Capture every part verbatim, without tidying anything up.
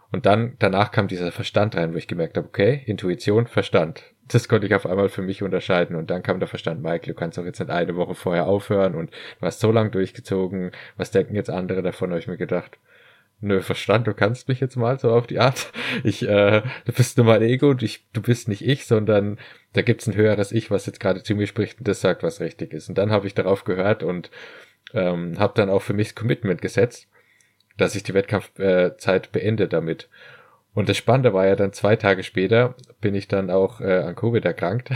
Und dann, danach kam dieser Verstand rein, wo ich gemerkt habe, okay, Intuition, Verstand. Das konnte ich auf einmal für mich unterscheiden. Und dann kam der Verstand, Michael, du kannst doch jetzt nicht eine Woche vorher aufhören und du hast so lange durchgezogen. Was denken jetzt andere davon, habe ich mir gedacht. Nö, Verstand, du kannst mich jetzt mal so auf die Art. Ich, äh, du bist nur mein Ego, du, ich, du bist nicht ich, sondern da gibt's ein höheres Ich, was jetzt gerade zu mir spricht und das sagt, was richtig ist. Und dann habe ich darauf gehört und ähm, habe dann auch für mich das Commitment gesetzt, dass ich die Wettkampfzeit äh, beende damit. Und das Spannende war ja dann, zwei Tage später bin ich dann auch äh, an Covid erkrankt.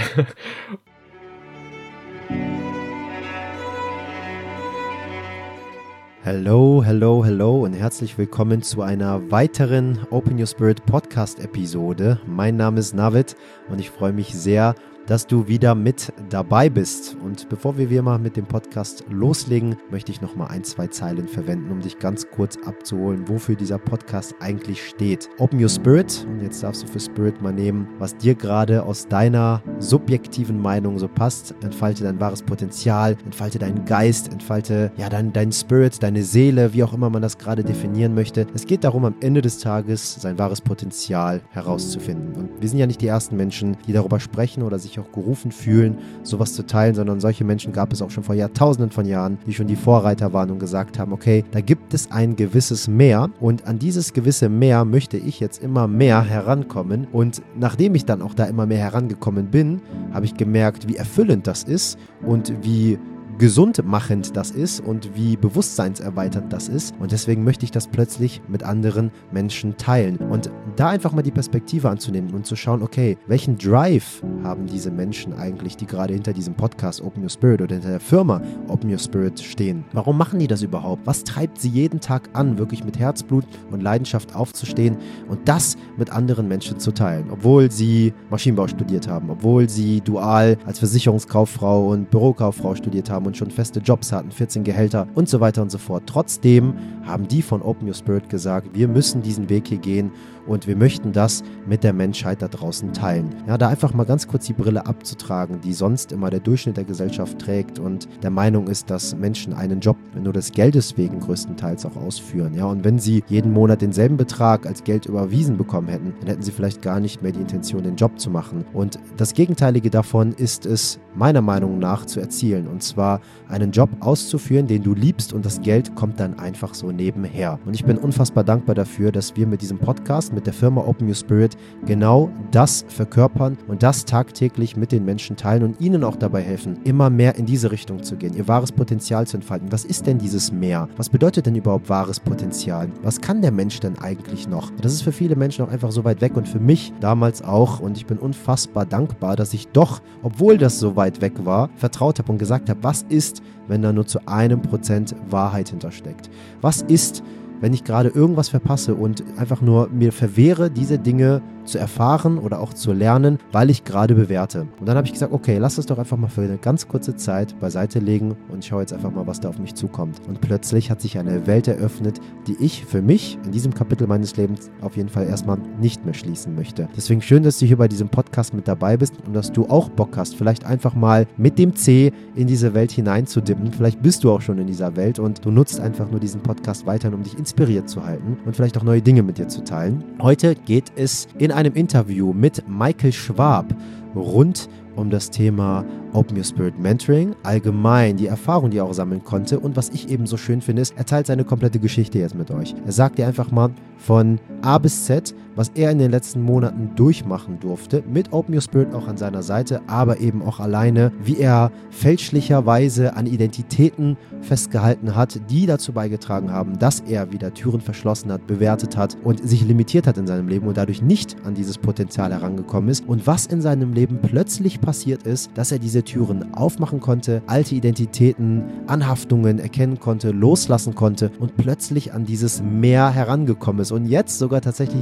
Hello, hello, hello und herzlich willkommen zu einer weiteren Open Your Spirit Podcast Episode. Mein Name ist Navid und ich freue mich sehr, dass du wieder mit dabei bist. Und bevor wir wie immer mit dem Podcast loslegen, möchte ich noch mal ein, zwei Zeilen verwenden, um dich ganz kurz abzuholen, wofür dieser Podcast eigentlich steht. Open Your Spirit, und jetzt darfst du für Spirit mal nehmen, was dir gerade aus deiner subjektiven Meinung so passt. Entfalte dein wahres Potenzial, entfalte deinen Geist, entfalte ja dein, dein Spirit, deine Seele, wie auch immer man das gerade definieren möchte. Es geht darum, am Ende des Tages sein wahres Potenzial herauszufinden. Und wir sind ja nicht die ersten Menschen, die darüber sprechen oder sich auch gerufen fühlen, sowas zu teilen, sondern solche Menschen gab es auch schon vor Jahrtausenden von Jahren, die schon die Vorreiter waren und gesagt haben, okay, da gibt es ein gewisses Mehr und an dieses gewisse Mehr möchte ich jetzt immer mehr herankommen und nachdem ich dann auch da immer mehr herangekommen bin, habe ich gemerkt, wie erfüllend das ist und wie gesundmachend das ist und wie bewusstseinserweiternd das ist und deswegen möchte ich das plötzlich mit anderen Menschen teilen und da einfach mal die Perspektive anzunehmen und zu schauen, okay, welchen Drive haben diese Menschen eigentlich, die gerade hinter diesem Podcast Open Your Spirit oder hinter der Firma Open Your Spirit stehen? Warum machen die das überhaupt? Was treibt sie jeden Tag an, wirklich mit Herzblut und Leidenschaft aufzustehen und das mit anderen Menschen zu teilen, obwohl sie Maschinenbau studiert haben, obwohl sie dual als Versicherungskauffrau und Bürokauffrau studiert haben und schon feste Jobs hatten, vierzehn Gehälter und so weiter und so fort. Trotzdem haben die von Open Your Spirit gesagt, wir müssen diesen Weg hier gehen und wir möchten das mit der Menschheit da draußen teilen. Ja, da einfach mal ganz kurz die Brille abzutragen, die sonst immer der Durchschnitt der Gesellschaft trägt und der Meinung ist, dass Menschen einen Job nur des Geldes wegen größtenteils auch ausführen. Ja, und wenn sie jeden Monat denselben Betrag als Geld überwiesen bekommen hätten, dann hätten sie vielleicht gar nicht mehr die Intention, den Job zu machen. Und das Gegenteilige davon ist es meiner Meinung nach zu erzielen. Und zwar einen Job auszuführen, den du liebst und das Geld kommt dann einfach so nebenher. Und ich bin unfassbar dankbar dafür, dass wir mit diesem Podcast, mit der Firma Open Your Spirit genau das verkörpern und das tagtäglich mit den Menschen teilen und ihnen auch dabei helfen, immer mehr in diese Richtung zu gehen, ihr wahres Potenzial zu entfalten. Was ist denn dieses Mehr? Was bedeutet denn überhaupt wahres Potenzial? Was kann der Mensch denn eigentlich noch? Das ist für viele Menschen auch einfach so weit weg und für mich damals auch und ich bin unfassbar dankbar, dass ich doch, obwohl das so weit weg war, vertraut habe und gesagt habe, was ist, wenn da nur zu einem Prozent Wahrheit hintersteckt? Was ist, wenn ich gerade irgendwas verpasse und einfach nur mir verwehre, diese Dinge zu erfahren oder auch zu lernen, weil ich gerade bewerte. Und dann habe ich gesagt, okay, lass es doch einfach mal für eine ganz kurze Zeit beiseite legen und ich schaue jetzt einfach mal, was da auf mich zukommt. Und plötzlich hat sich eine Welt eröffnet, die ich für mich in diesem Kapitel meines Lebens auf jeden Fall erstmal nicht mehr schließen möchte. Deswegen schön, dass du hier bei diesem Podcast mit dabei bist und dass du auch Bock hast, vielleicht einfach mal mit dem C in diese Welt hineinzudippen. Vielleicht bist du auch schon in dieser Welt und du nutzt einfach nur diesen Podcast weiterhin, um dich inspiriert zu halten und vielleicht auch neue Dinge mit dir zu teilen. Heute geht es in einem Interview mit Michael Schwab rund um das Thema Open Your Spirit Mentoring, allgemein die Erfahrung, die er auch sammeln konnte und was ich eben so schön finde, ist, er teilt seine komplette Geschichte jetzt mit euch. Er sagt dir einfach mal von A bis Z, was er in den letzten Monaten durchmachen durfte, mit Open Your Spirit auch an seiner Seite, aber eben auch alleine, wie er fälschlicherweise an Identitäten festgehalten hat, die dazu beigetragen haben, dass er wieder Türen verschlossen hat, bewertet hat und sich limitiert hat in seinem Leben und dadurch nicht an dieses Potenzial herangekommen ist und was in seinem Leben plötzlich passiert ist, dass er diese Türen aufmachen konnte, alte Identitäten, Anhaftungen erkennen konnte, loslassen konnte und plötzlich an dieses Mehr herangekommen ist und jetzt sogar tatsächlich in derselben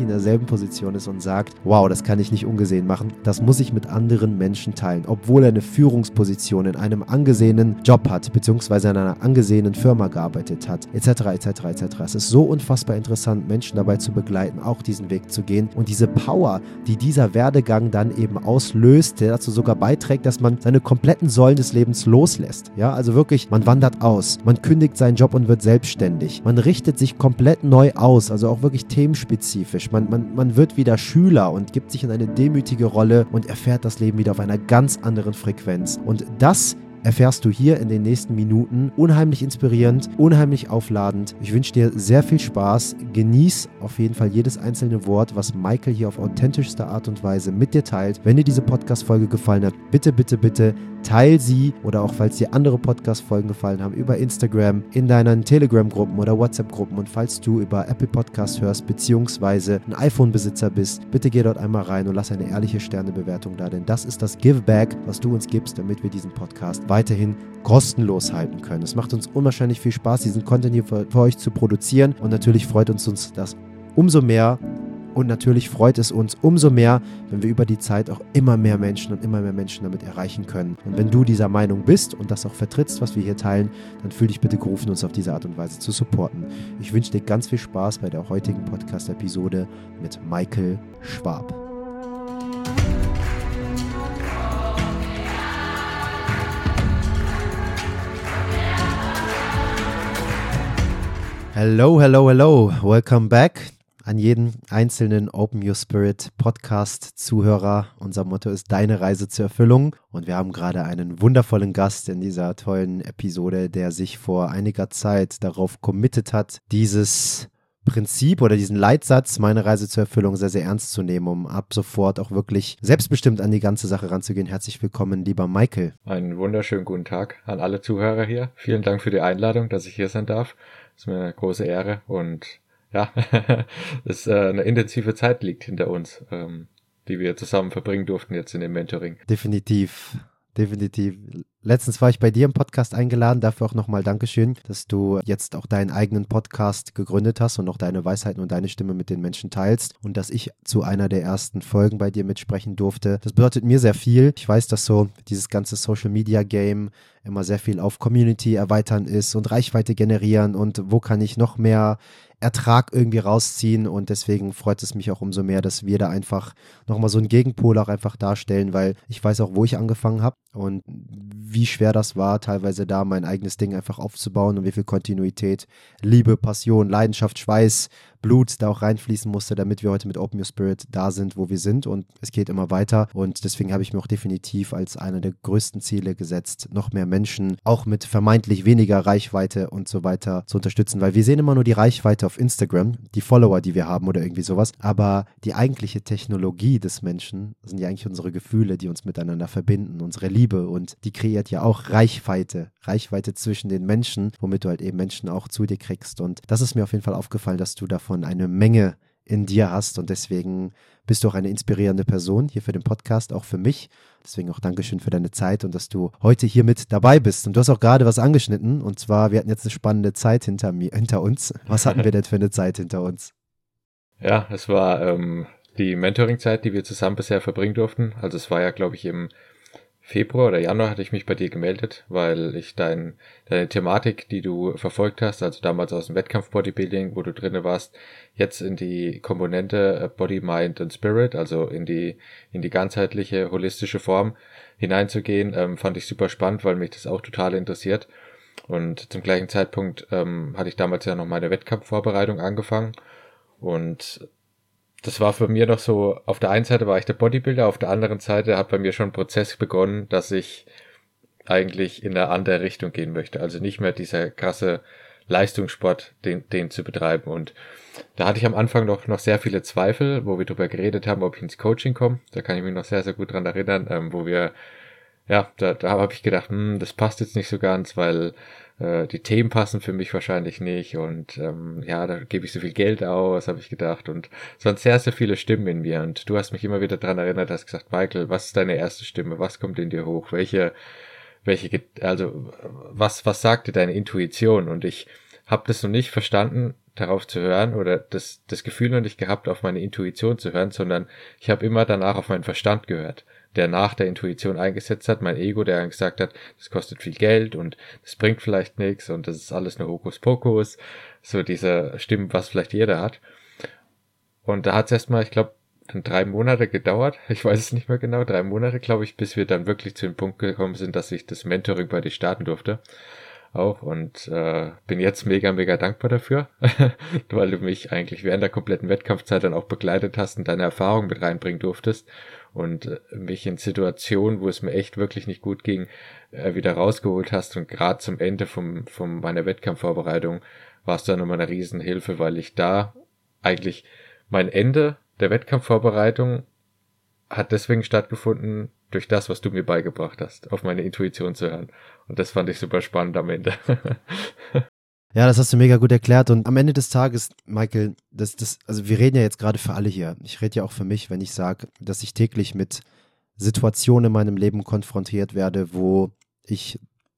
Firmenposition ist und sagt, wow, das kann ich nicht ungesehen machen, das muss ich mit anderen Menschen teilen, obwohl er eine Führungsposition in einem angesehenen Job hat, beziehungsweise in einer angesehenen Firma gearbeitet hat, et cetera et cetera et cetera. Es ist so unfassbar interessant, Menschen dabei zu begleiten, auch diesen Weg zu gehen und diese Power, die dieser Werdegang dann eben auslöst, der dazu sogar beiträgt, dass man seine kompletten Säulen des Lebens loslässt. Ja, also wirklich, man wandert aus, man kündigt seinen Job und wird selbstständig, man richtet sich komplett neu aus, also auch wirklich themenspezifisch. Man, man, man wird wieder Schüler und gibt sich in eine demütige Rolle und erfährt das Leben wieder auf einer ganz anderen Frequenz. Und das erfährst du hier in den nächsten Minuten. Unheimlich inspirierend, unheimlich aufladend. Ich wünsche dir sehr viel Spaß. Genieß auf jeden Fall jedes einzelne Wort, was Michael hier auf authentischste Art und Weise mit dir teilt. Wenn dir diese Podcast-Folge gefallen hat, bitte, bitte, bitte teil sie oder auch falls dir andere Podcast-Folgen gefallen haben, über Instagram, in deinen Telegram-Gruppen oder WhatsApp-Gruppen. Und falls du über Apple Podcast hörst, beziehungsweise ein iPhone-Besitzer bist, bitte geh dort einmal rein und lass eine ehrliche Sternebewertung da, denn das ist das Give-Back, was du uns gibst, damit wir diesen Podcast weiterhin kostenlos halten können. Es macht uns unwahrscheinlich viel Spaß, diesen Content hier für, für euch zu produzieren und natürlich freut uns, uns das umso mehr. Und natürlich freut es uns umso mehr, wenn wir über die Zeit auch immer mehr Menschen und immer mehr Menschen damit erreichen können. Und wenn du dieser Meinung bist und das auch vertrittst, was wir hier teilen, dann fühl dich bitte gerufen, uns auf diese Art und Weise zu supporten. Ich wünsche dir ganz viel Spaß bei der heutigen Podcast-Episode mit Michael Schwab. Hello, hello, hello. Welcome back. An jeden einzelnen Open Your Spirit Podcast-Zuhörer. Unser Motto ist deine Reise zur Erfüllung. Und wir haben gerade einen wundervollen Gast in dieser tollen Episode, der sich vor einiger Zeit darauf committed hat, dieses Prinzip oder diesen Leitsatz, meine Reise zur Erfüllung, sehr, sehr ernst zu nehmen, um ab sofort auch wirklich selbstbestimmt an die ganze Sache ranzugehen. Herzlich willkommen, lieber Michael. Einen wunderschönen guten Tag an alle Zuhörer hier. Vielen Dank für die Einladung, dass ich hier sein darf. Das ist mir eine große Ehre und ja, es äh, eine intensive Zeit liegt hinter uns, ähm, die wir zusammen verbringen durften jetzt in dem Mentoring. Definitiv, definitiv. Letztens war ich bei dir im Podcast eingeladen, dafür auch nochmal Dankeschön, dass du jetzt auch deinen eigenen Podcast gegründet hast und auch deine Weisheiten und deine Stimme mit den Menschen teilst und dass ich zu einer der ersten Folgen bei dir mitsprechen durfte. Das bedeutet mir sehr viel. Ich weiß, dass so dieses ganze Social-Media-Game immer sehr viel auf Community erweitern ist und Reichweite generieren und wo kann ich noch mehr Ertrag irgendwie rausziehen und deswegen freut es mich auch umso mehr, dass wir da einfach nochmal so einen Gegenpol auch einfach darstellen, weil ich weiß auch, wo ich angefangen habe und wie schwer das war, teilweise da mein eigenes Ding einfach aufzubauen und wie viel Kontinuität, Liebe, Passion, Leidenschaft, Schweiß, Blut da auch reinfließen musste, damit wir heute mit Open Your Spirit da sind, wo wir sind und es geht immer weiter und deswegen habe ich mir auch definitiv als einer der größten Ziele gesetzt, noch mehr Menschen auch mit vermeintlich weniger Reichweite und so weiter zu unterstützen, weil wir sehen immer nur die Reichweite auf Instagram, die Follower, die wir haben oder irgendwie sowas, aber die eigentliche Technologie des Menschen sind ja eigentlich unsere Gefühle, die uns miteinander verbinden, unsere Liebe und die kreiert ja auch Reichweite, Reichweite zwischen den Menschen, womit du halt eben Menschen auch zu dir kriegst und das ist mir auf jeden Fall aufgefallen, dass du davon eine Menge in dir hast und deswegen bist du auch eine inspirierende Person hier für den Podcast, auch für mich. Deswegen auch Dankeschön für deine Zeit und dass du heute hier mit dabei bist. Und du hast auch gerade was angeschnitten und zwar, wir hatten jetzt eine spannende Zeit hinter mir, hinter uns. Was hatten wir denn für eine Zeit hinter uns? Ja, es war ähm, die Mentoring-Zeit, die wir zusammen bisher verbringen durften. Also es war ja, glaube ich, im Februar oder Januar hatte ich mich bei dir gemeldet, weil ich dein, deine Thematik, die du verfolgt hast, also damals aus dem Wettkampf-Bodybuilding, wo du drinne warst, jetzt in die Komponente Body, Mind und Spirit, also in die in die ganzheitliche, holistische Form hineinzugehen, ähm, fand ich super spannend, weil mich das auch total interessiert. Und zum gleichen Zeitpunkt ähm, hatte ich damals ja noch meine Wettkampfvorbereitung angefangen und das war für mir noch so, auf der einen Seite war ich der Bodybuilder, auf der anderen Seite hat bei mir schon ein Prozess begonnen, dass ich eigentlich in eine andere Richtung gehen möchte. Also nicht mehr dieser krasse Leistungssport, den, den zu betreiben. Und da hatte ich am Anfang noch, noch sehr viele Zweifel, wo wir darüber geredet haben, ob ich ins Coaching komme. Da kann ich mich noch sehr, sehr gut dran erinnern, ähm, wo wir, ja, da, da habe ich gedacht, hm, das passt jetzt nicht so ganz, weil äh, die Themen passen für mich wahrscheinlich nicht und ähm, ja, da gebe ich so viel Geld aus, habe ich gedacht und es waren sehr, sehr viele Stimmen in mir und du hast mich immer wieder dran erinnert, hast gesagt, Michael, was ist deine erste Stimme, was kommt in dir hoch, welche, welche, also was, was sagt dir deine Intuition und ich habe das noch nicht verstanden, darauf zu hören oder das, das Gefühl noch nicht gehabt, auf meine Intuition zu hören, sondern ich habe immer danach auf meinen Verstand gehört, der nach der Intuition eingesetzt hat, mein Ego, der gesagt hat, das kostet viel Geld und das bringt vielleicht nichts und das ist alles nur Hokuspokus, so diese Stimmen, was vielleicht jeder hat. Und da hat es erstmal, ich glaube, dann drei Monate gedauert, ich weiß es nicht mehr genau, drei Monate, glaube ich, bis wir dann wirklich zu dem Punkt gekommen sind, dass ich das Mentoring bei dir starten durfte. Auch und äh, bin jetzt mega, mega dankbar dafür, weil du mich eigentlich während der kompletten Wettkampfzeit dann auch begleitet hast und deine Erfahrung mit reinbringen durftest und äh, mich in Situationen, wo es mir echt wirklich nicht gut ging, äh, wieder rausgeholt hast und gerade zum Ende vom, von meiner Wettkampfvorbereitung warst du dann nochmal eine Riesenhilfe, weil ich da eigentlich mein Ende der Wettkampfvorbereitung hat deswegen stattgefunden, durch das, was du mir beigebracht hast, auf meine Intuition zu hören. Und das fand ich super spannend am Ende. Ja, das hast du mega gut erklärt. Und am Ende des Tages, Michael, das, das, also wir reden ja jetzt gerade für alle hier. Ich rede ja auch für mich, wenn ich sage, dass ich täglich mit Situationen in meinem Leben konfrontiert werde, wo ich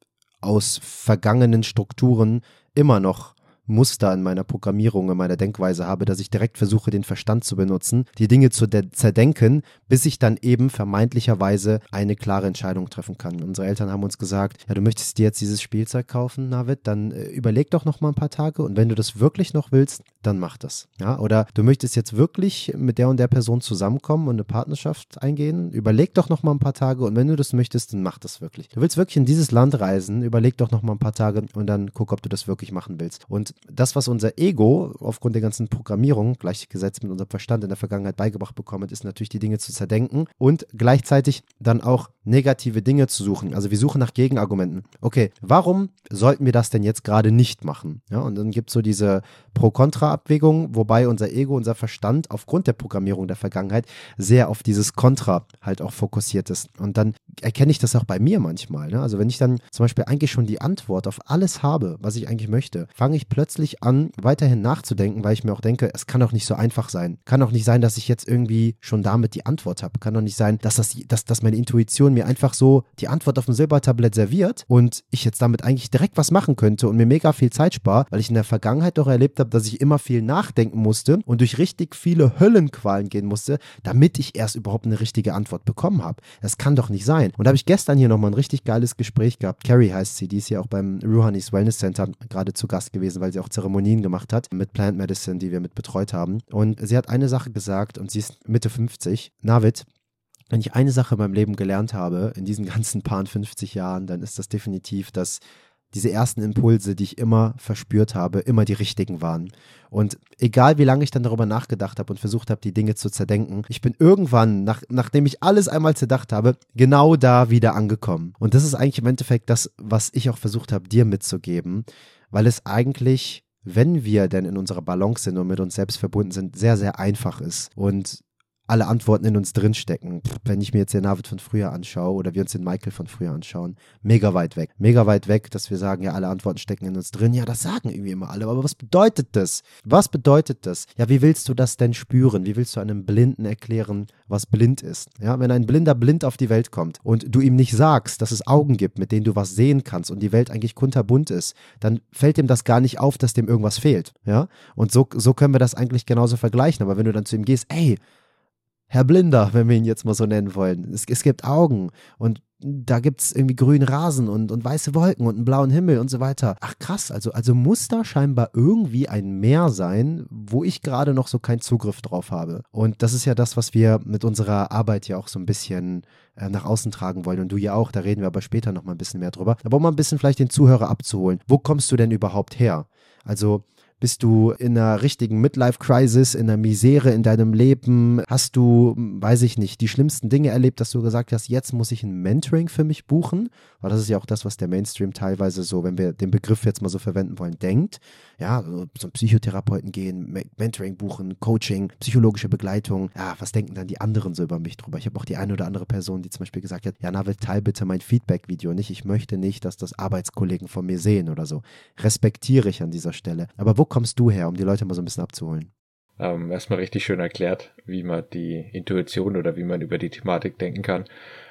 aus vergangenen Strukturen immer noch Muster in meiner Programmierung, in meiner Denkweise habe, dass ich direkt versuche, den Verstand zu benutzen, die Dinge zu zerdenken, bis ich dann eben vermeintlicherweise eine klare Entscheidung treffen kann. Unsere Eltern haben uns gesagt, ja, du möchtest dir jetzt dieses Spielzeug kaufen, Navid, dann äh, überleg doch noch mal ein paar Tage und wenn du das wirklich noch willst, dann mach das. Ja? Oder du möchtest jetzt wirklich mit der und der Person zusammenkommen und eine Partnerschaft eingehen, überleg doch noch mal ein paar Tage und wenn du das möchtest, dann mach das wirklich. Du willst wirklich in dieses Land reisen, überleg doch noch mal ein paar Tage und dann guck, ob du das wirklich machen willst. Und das, was unser Ego aufgrund der ganzen Programmierung, gleichgesetzt mit unserem Verstand in der Vergangenheit beigebracht bekommen, ist natürlich die Dinge zu zerdenken und gleichzeitig dann auch negative Dinge zu suchen. Also wir suchen nach Gegenargumenten. Okay, warum sollten wir das denn jetzt gerade nicht machen? Ja, und dann gibt es so diese Pro-Kontra-Abwägung, wobei unser Ego, unser Verstand aufgrund der Programmierung der Vergangenheit sehr auf dieses Kontra halt auch fokussiert ist. Und dann erkenne ich das auch bei mir manchmal. Ne? Also wenn ich dann zum Beispiel eigentlich schon die Antwort auf alles habe, was ich eigentlich möchte, fange ich plötzlich an, weiterhin nachzudenken, weil ich mir auch denke, es kann doch nicht so einfach sein. Kann doch nicht sein, dass ich jetzt irgendwie schon damit die Antwort habe. Kann doch nicht sein, dass, das, dass, dass meine Intuition mir einfach so die Antwort auf dem Silbertablett serviert und ich jetzt damit eigentlich direkt was machen könnte und mir mega viel Zeit spare, weil ich in der Vergangenheit doch erlebt habe, dass ich immer viel nachdenken musste und durch richtig viele Höllenqualen gehen musste, damit ich erst überhaupt eine richtige Antwort bekommen habe. Das kann doch nicht sein. Und da habe ich gestern hier nochmal ein richtig geiles Gespräch gehabt. Carrie heißt sie, die ist ja auch beim Rouhanis Wellness Center gerade zu Gast gewesen, weil sie auch Zeremonien gemacht hat mit Plant Medicine, die wir mit betreut haben. Und sie hat eine Sache gesagt und sie ist Mitte fünfzig. Navid, wenn ich eine Sache in meinem Leben gelernt habe, in diesen ganzen paar fünfzig Jahren, dann ist das definitiv, dass diese ersten Impulse, die ich immer verspürt habe, immer die richtigen waren. Und egal wie lange ich dann darüber nachgedacht habe und versucht habe, die Dinge zu zerdenken, ich bin irgendwann, nach, nachdem ich alles einmal zerdacht habe, genau da wieder angekommen. Und das ist eigentlich im Endeffekt das, was ich auch versucht habe, dir mitzugeben, weil es eigentlich, wenn wir denn in unserer Balance sind und mit uns selbst verbunden sind, sehr, sehr einfach ist. Und alle Antworten in uns drinstecken. Wenn ich mir jetzt den Navid von früher anschaue oder wir uns den Michael von früher anschauen, mega weit weg. Mega weit weg, dass wir sagen, ja, alle Antworten stecken in uns drin. Ja, das sagen irgendwie immer alle, aber was bedeutet das? Was bedeutet das? Ja, wie willst du das denn spüren? Wie willst du einem Blinden erklären, was blind ist? Ja, wenn ein Blinder blind auf die Welt kommt und du ihm nicht sagst, dass es Augen gibt, mit denen du was sehen kannst und die Welt eigentlich kunterbunt ist, dann fällt ihm das gar nicht auf, dass dem irgendwas fehlt. Ja, und so, so können wir das eigentlich genauso vergleichen. Aber wenn du dann zu ihm gehst, ey, Herr Blinder, wenn wir ihn jetzt mal so nennen wollen. Es, es gibt Augen und da gibt es irgendwie grünen Rasen und, und weiße Wolken und einen blauen Himmel und so weiter. Ach krass, also, also muss da scheinbar irgendwie ein Meer sein, wo ich gerade noch so keinen Zugriff drauf habe. Und das ist ja das, was wir mit unserer Arbeit ja auch so ein bisschen äh, nach außen tragen wollen. Und du ja auch, da reden wir aber später noch mal ein bisschen mehr drüber. Aber um mal ein bisschen vielleicht den Zuhörer abzuholen. Wo kommst du denn überhaupt her? Also bist du in einer richtigen Midlife-Crisis, in einer Misere in deinem Leben? Hast du, weiß ich nicht, die schlimmsten Dinge erlebt, dass du gesagt hast, jetzt muss ich ein Mentoring für mich buchen? Weil das ist ja auch das, was der Mainstream teilweise so, wenn wir den Begriff jetzt mal so verwenden wollen, denkt. Ja, so zum Psychotherapeuten gehen, Mentoring buchen, Coaching, psychologische Begleitung. Ja, was denken dann die anderen so über mich drüber? Ich habe auch die eine oder andere Person, die zum Beispiel gesagt hat, ja, Navid, teil bitte mein Feedback-Video nicht. Ich möchte nicht, dass das Arbeitskollegen von mir sehen oder so. Respektiere ich an dieser Stelle. Aber wo kommst du her, um die Leute mal so ein bisschen abzuholen? Ähm, erstmal richtig schön erklärt, wie man die Intuition oder wie man über die Thematik denken kann.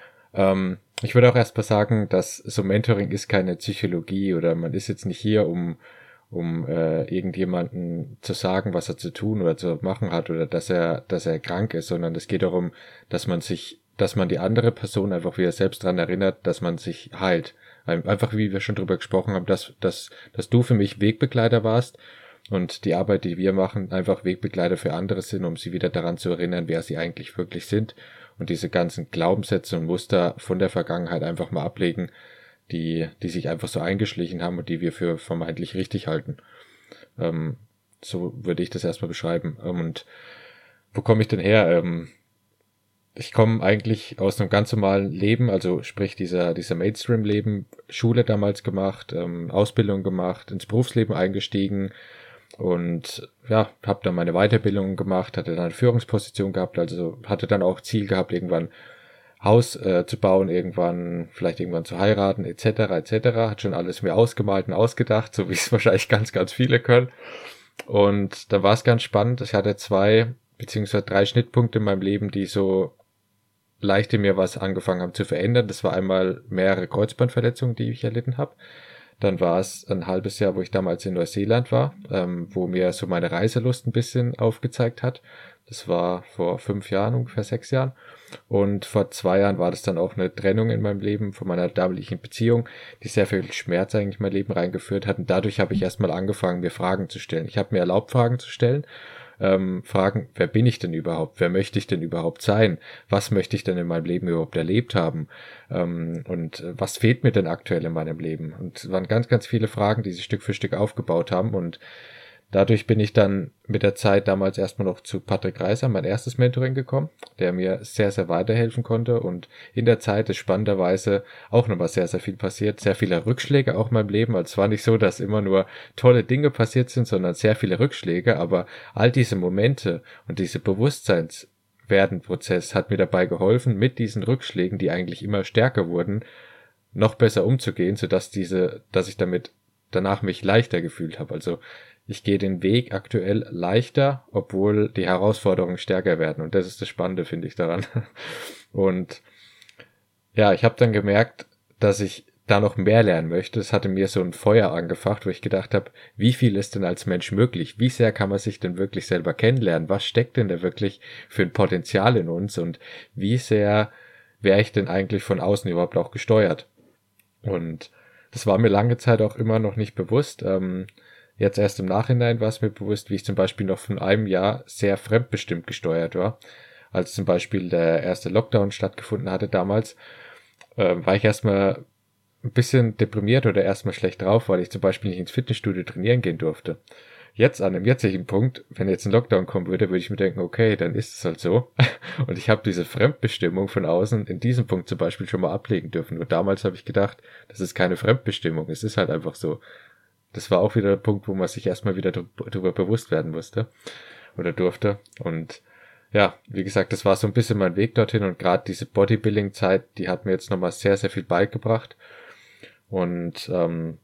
Ähm, ich würde auch erstmal sagen, dass so Mentoring ist keine Psychologie oder man ist jetzt nicht hier, um um äh, irgendjemanden zu sagen, was er zu tun oder zu machen hat oder dass er, dass er krank ist, sondern es geht darum, dass man sich, dass man die andere Person einfach wieder selbst daran erinnert, dass man sich heilt. Einfach wie wir schon drüber gesprochen haben, dass, dass, dass du für mich Wegbegleiter warst und die Arbeit, die wir machen, einfach Wegbegleiter für andere sind, um sie wieder daran zu erinnern, wer sie eigentlich wirklich sind und diese ganzen Glaubenssätze und Muster von der Vergangenheit einfach mal ablegen, die, die sich einfach so eingeschlichen haben und die wir für vermeintlich richtig halten. Ähm, so würde ich das erstmal beschreiben. Und wo komme ich denn her? Ähm, ich komme eigentlich aus einem ganz normalen Leben, also sprich dieser, dieser Mainstream-Leben, Schule damals gemacht, ähm, Ausbildung gemacht, ins Berufsleben eingestiegen und ja, habe dann meine Weiterbildung gemacht, hatte dann eine Führungsposition gehabt, also hatte dann auch Ziel gehabt, irgendwann Haus äh, zu bauen, irgendwann, vielleicht irgendwann zu heiraten, et cetera et cetera. Hat schon alles mir ausgemalt und ausgedacht, so wie es wahrscheinlich ganz, ganz viele können. Und da war es ganz spannend. Ich hatte zwei beziehungsweise drei Schnittpunkte in meinem Leben, die so leicht in mir was angefangen haben zu verändern. Das war einmal mehrere Kreuzbandverletzungen, die ich erlitten habe. Dann war es ein halbes Jahr, wo ich damals in Neuseeland war, ähm, wo mir so meine Reiselust ein bisschen aufgezeigt hat. Das war vor fünf Jahren, ungefähr sechs Jahren. Und vor zwei Jahren war das dann auch eine Trennung in meinem Leben von meiner damaligen Beziehung, die sehr viel Schmerz eigentlich in mein Leben reingeführt hat. Und dadurch habe ich erstmal angefangen, mir Fragen zu stellen. Ich habe mir erlaubt, Fragen zu stellen. Ähm, Fragen, wer bin ich denn überhaupt? Wer möchte ich denn überhaupt sein? Was möchte ich denn in meinem Leben überhaupt erlebt haben? Ähm, und was fehlt mir denn aktuell in meinem Leben? Und es waren ganz, ganz viele Fragen, die sich Stück für Stück aufgebaut haben. Und dadurch bin ich dann mit der Zeit damals erstmal noch zu Patrick Reiser, mein erstes Mentoring, gekommen, der mir sehr, sehr weiterhelfen konnte. Und in der Zeit ist spannenderweise auch nochmal sehr, sehr viel passiert. Sehr viele Rückschläge auch in meinem Leben. Also es war nicht so, dass immer nur tolle Dinge passiert sind, sondern sehr viele Rückschläge. Aber all diese Momente und diese Bewusstseinswerden-Prozess hat mir dabei geholfen, mit diesen Rückschlägen, die eigentlich immer stärker wurden, noch besser umzugehen, sodass diese, dass ich damit danach mich leichter gefühlt habe. Also ich gehe den Weg aktuell leichter, obwohl die Herausforderungen stärker werden. Und das ist das Spannende, finde ich, daran. Und ja, ich habe dann gemerkt, dass ich da noch mehr lernen möchte. Es hatte mir so ein Feuer angefacht, wo ich gedacht habe, wie viel ist denn als Mensch möglich? Wie sehr kann man sich denn wirklich selber kennenlernen? Was steckt denn da wirklich für ein Potenzial in uns? Und wie sehr wäre ich denn eigentlich von außen überhaupt auch gesteuert? Und das war mir lange Zeit auch immer noch nicht bewusst. Ähm, Jetzt erst im Nachhinein war es mir bewusst, wie ich zum Beispiel noch von einem Jahr sehr fremdbestimmt gesteuert war. Als zum Beispiel der erste Lockdown stattgefunden hatte damals, äh, war ich erstmal ein bisschen deprimiert oder erstmal schlecht drauf, weil ich zum Beispiel nicht ins Fitnessstudio trainieren gehen durfte. Jetzt an dem jetzigen Punkt, wenn jetzt ein Lockdown kommen würde, würde ich mir denken, okay, dann ist es halt so. Und ich habe diese Fremdbestimmung von außen in diesem Punkt zum Beispiel schon mal ablegen dürfen. Und damals habe ich gedacht, das ist keine Fremdbestimmung, es ist halt einfach so. Das war auch wieder der Punkt, wo man sich erstmal wieder darüber bewusst werden musste oder durfte. Und ja, wie gesagt, das war so ein bisschen mein Weg dorthin. Und gerade diese Bodybuilding-Zeit, die hat mir jetzt nochmal sehr, sehr viel beigebracht. Und ähm,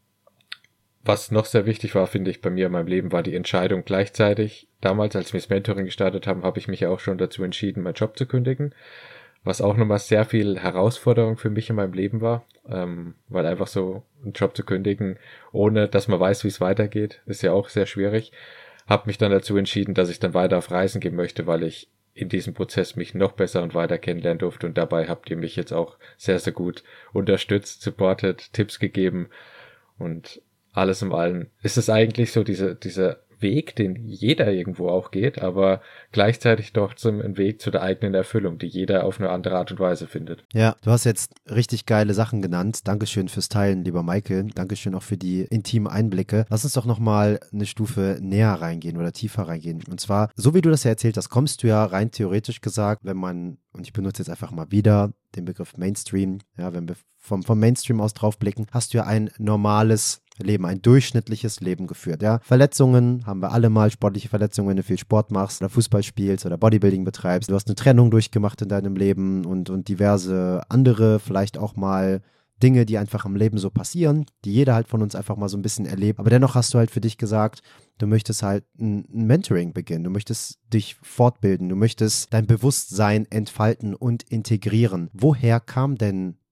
was noch sehr wichtig war, finde ich, bei mir in meinem Leben, war die Entscheidung gleichzeitig. Damals, als wir das Mentoring gestartet haben, habe ich mich ja auch schon dazu entschieden, meinen Job zu kündigen. Was auch nochmal sehr viel Herausforderung für mich in meinem Leben war, ähm, weil einfach so einen Job zu kündigen, ohne dass man weiß, wie es weitergeht, ist ja auch sehr schwierig. Habe mich dann dazu entschieden, dass ich dann weiter auf Reisen gehen möchte, weil ich in diesem Prozess mich noch besser und weiter kennenlernen durfte. Und dabei habt ihr mich jetzt auch sehr, sehr gut unterstützt, supportet, Tipps gegeben. Und alles in allem ist es eigentlich so diese, dieser Weg, den jeder irgendwo auch geht, aber gleichzeitig doch zum ein Weg zu der eigenen Erfüllung, die jeder auf eine andere Art und Weise findet. Ja, du hast jetzt richtig geile Sachen genannt. Dankeschön fürs Teilen, lieber Michael. Dankeschön auch für die intimen Einblicke. Lass uns doch nochmal eine Stufe näher reingehen oder tiefer reingehen. Und zwar, so wie du das ja erzählt hast, kommst du ja rein theoretisch gesagt, wenn man, und ich benutze jetzt einfach mal wieder den Begriff Mainstream, ja, wenn wir vom, vom Mainstream aus draufblicken, hast du ja ein normales Leben, ein durchschnittliches Leben geführt, ja. Verletzungen haben wir alle mal, sportliche Verletzungen, wenn du viel Sport machst oder Fußball spielst oder Bodybuilding betreibst. Du hast eine Trennung durchgemacht in deinem Leben und, und diverse andere, vielleicht auch mal Dinge, die einfach im Leben so passieren, die jeder halt von uns einfach mal so ein bisschen erlebt. Aber dennoch hast du halt für dich gesagt, du möchtest halt ein, ein Mentoring beginnen, du möchtest dich fortbilden, du möchtest dein Bewusstsein entfalten und integrieren. Woher kam denn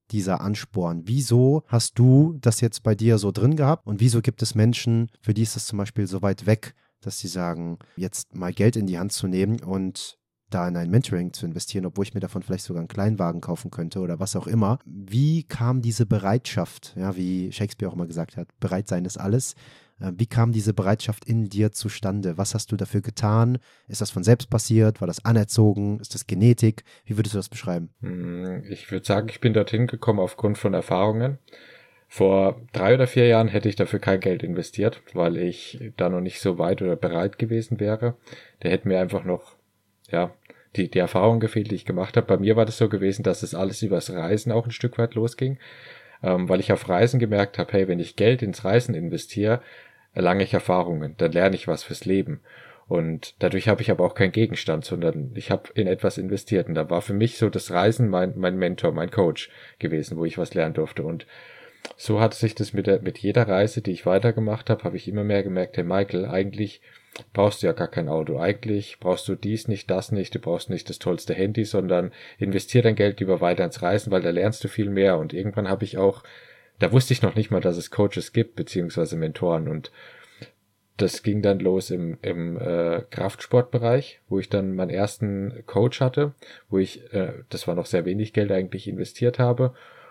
dieser Ansporn? Wieso hast du das jetzt bei dir so drin gehabt und wieso gibt es Menschen, für die ist das zum Beispiel so weit weg, dass sie sagen, jetzt mal Geld in die Hand zu nehmen und da in ein Mentoring zu investieren, obwohl ich mir davon vielleicht sogar einen Kleinwagen kaufen könnte oder was auch immer. Wie kam diese Bereitschaft, ja, wie Shakespeare auch mal gesagt hat, bereit sein ist alles. Wie kam diese Bereitschaft in dir zustande? Was hast du dafür getan? Ist das von selbst passiert? War das anerzogen? Ist das Genetik? Wie würdest du das beschreiben? Ich würde sagen, ich bin dorthin gekommen aufgrund von Erfahrungen. Vor drei oder vier Jahren hätte ich dafür kein Geld investiert, weil ich da noch nicht so weit oder bereit gewesen wäre. Der hätte mir einfach noch ja, die, die Erfahrung gefehlt, die ich gemacht habe. Bei mir war das so gewesen, dass es alles übers Reisen auch ein Stück weit losging, ähm, weil ich auf Reisen gemerkt habe, hey, wenn ich Geld ins Reisen investiere, erlange ich Erfahrungen, dann lerne ich was fürs Leben. Und dadurch habe ich aber auch keinen Gegenstand, sondern ich habe in etwas investiert. Und da war für mich so das Reisen mein, mein Mentor, mein Coach gewesen, wo ich was lernen durfte. Und so hat sich das mit, der, mit jeder Reise, die ich weitergemacht habe, habe ich immer mehr gemerkt, hey Michael, eigentlich brauchst du ja gar kein Auto. Eigentlich brauchst du dies nicht, das nicht, du brauchst nicht das tollste Handy, sondern investier dein Geld lieber weiter ins Reisen, weil da lernst du viel mehr. Und irgendwann habe ich auch, da wusste ich noch nicht mal, dass es Coaches gibt, beziehungsweise Mentoren. Und das ging dann los im, im äh, Kraftsportbereich, wo ich dann meinen ersten Coach hatte, wo ich, äh, das war noch sehr wenig Geld eigentlich investiert habe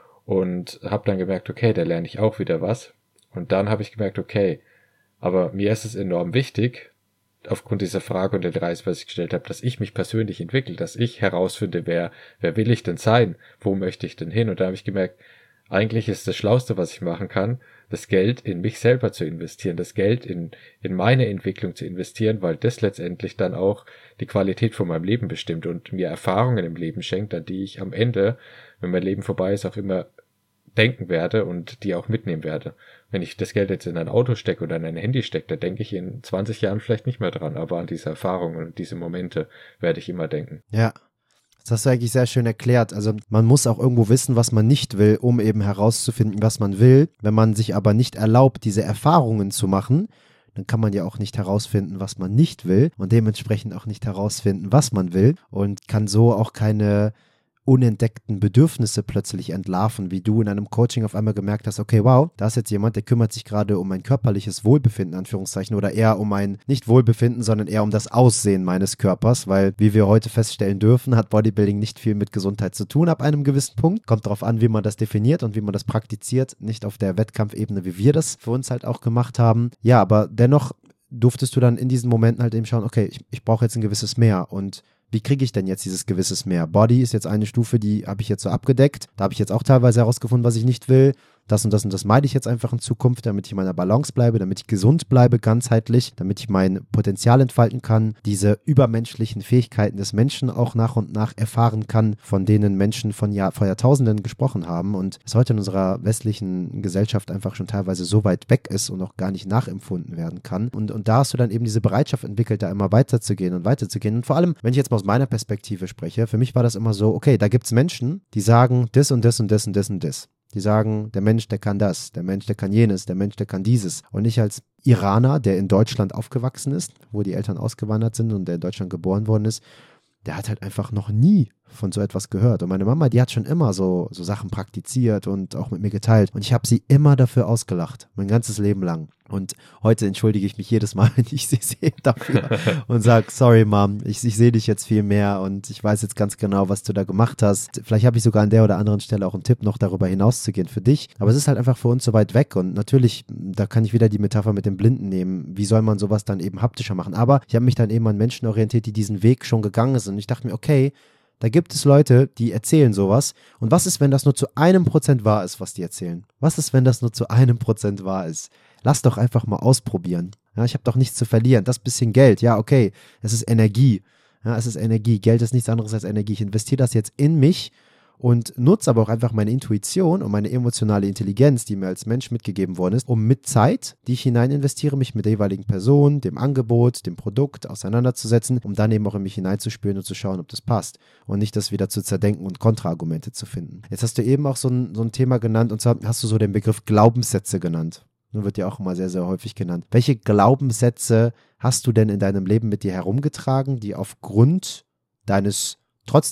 und habe dann gemerkt, okay, da lerne ich auch wieder was. Und dann habe ich gemerkt, okay, aber mir ist es enorm wichtig, aufgrund dieser Frage und der Reise, was ich gestellt habe, dass ich mich persönlich entwickle, dass ich herausfinde, wer, wer will ich denn sein, wo möchte ich denn hin? Und da habe ich gemerkt, eigentlich ist das Schlauste, was ich machen kann, das Geld in mich selber zu investieren, das Geld in, in meine Entwicklung zu investieren, weil das letztendlich dann auch die Qualität von meinem Leben bestimmt und mir Erfahrungen im Leben schenkt, an die ich am Ende, wenn mein Leben vorbei ist, auch immer denken werde und die auch mitnehmen werde. Wenn ich das Geld jetzt in ein Auto stecke oder in ein Handy stecke, da denke ich in zwanzig Jahren vielleicht nicht mehr dran, aber an diese Erfahrungen und diese Momente werde ich immer denken. Ja. Das hast du eigentlich sehr schön erklärt. Also man muss auch irgendwo wissen, was man nicht will, um eben herauszufinden, was man will. Wenn man sich aber nicht erlaubt, diese Erfahrungen zu machen, dann kann man ja auch nicht herausfinden, was man nicht will und dementsprechend auch nicht herausfinden, was man will und kann so auch keine unentdeckten Bedürfnisse plötzlich entlarven, wie du in einem Coaching auf einmal gemerkt hast, okay, wow, da ist jetzt jemand, der kümmert sich gerade um mein körperliches Wohlbefinden, Anführungszeichen, oder eher um mein, nicht Wohlbefinden, sondern eher um das Aussehen meines Körpers, weil, wie wir heute feststellen dürfen, hat Bodybuilding nicht viel mit Gesundheit zu tun ab einem gewissen Punkt. Kommt darauf an, wie man das definiert und wie man das praktiziert, nicht auf der Wettkampfebene, wie wir das für uns halt auch gemacht haben. Ja, aber dennoch durftest du dann in diesen Momenten halt eben schauen, okay, ich, ich brauche jetzt ein gewisses Mehr und wie kriege ich denn jetzt dieses gewisses Mehr? Body ist jetzt eine Stufe, die habe ich jetzt so abgedeckt. Da habe ich jetzt auch teilweise herausgefunden, was ich nicht will. Das und das und das meide ich jetzt einfach in Zukunft, damit ich in meiner Balance bleibe, damit ich gesund bleibe, ganzheitlich, damit ich mein Potenzial entfalten kann, diese übermenschlichen Fähigkeiten des Menschen auch nach und nach erfahren kann, von denen Menschen von Jahr, vor Jahrtausenden gesprochen haben und es heute in unserer westlichen Gesellschaft einfach schon teilweise so weit weg ist und auch gar nicht nachempfunden werden kann. Und, und da hast du dann eben diese Bereitschaft entwickelt, da immer weiterzugehen und weiterzugehen. Und vor allem, wenn ich jetzt mal aus meiner Perspektive spreche, für mich war das immer so, okay, da gibt es Menschen, die sagen das und das und das und das und das. Die sagen, der Mensch, der kann das, der Mensch, der kann jenes, der Mensch, der kann dieses. Und ich als Iraner, der in Deutschland aufgewachsen ist, wo die Eltern ausgewandert sind und der in Deutschland geboren worden ist, der hat halt einfach noch nie von so etwas gehört. Und meine Mama, die hat schon immer so, so Sachen praktiziert und auch mit mir geteilt. Und ich habe sie immer dafür ausgelacht, mein ganzes Leben lang. Und heute entschuldige ich mich jedes Mal, wenn ich sie sehe dafür und sage, sorry Mom, ich, ich sehe dich jetzt viel mehr und ich weiß jetzt ganz genau, was du da gemacht hast. Vielleicht habe ich sogar an der oder anderen Stelle auch einen Tipp, noch darüber hinauszugehen für dich. Aber es ist halt einfach für uns so weit weg und natürlich, da kann ich wieder die Metapher mit dem Blinden nehmen. Wie soll man sowas dann eben haptischer machen? Aber ich habe mich dann eben an Menschen orientiert, die diesen Weg schon gegangen sind und ich dachte mir, okay, da gibt es Leute, die erzählen sowas. Und was ist, wenn das nur zu einem Prozent wahr ist, was die erzählen? Was ist, wenn das nur zu einem Prozent wahr ist? Lass doch einfach mal ausprobieren. Ja, ich habe doch nichts zu verlieren. Das bisschen Geld, ja, okay, es ist Energie. Ja, es ist Energie. Geld ist nichts anderes als Energie. Ich investiere das jetzt in mich und nutze aber auch einfach meine Intuition und meine emotionale Intelligenz, die mir als Mensch mitgegeben worden ist, um mit Zeit, die ich hinein investiere, mich mit der jeweiligen Person, dem Angebot, dem Produkt auseinanderzusetzen, um dann eben auch in mich hineinzuspüren und zu schauen, ob das passt und nicht das wieder zu zerdenken und Kontraargumente zu finden. Jetzt hast du eben auch so ein, so ein Thema genannt und zwar hast du so den Begriff Glaubenssätze genannt. Das wird ja auch immer sehr, sehr häufig genannt. Welche Glaubenssätze hast du denn in deinem Leben mit dir herumgetragen, die aufgrund deines trotzdem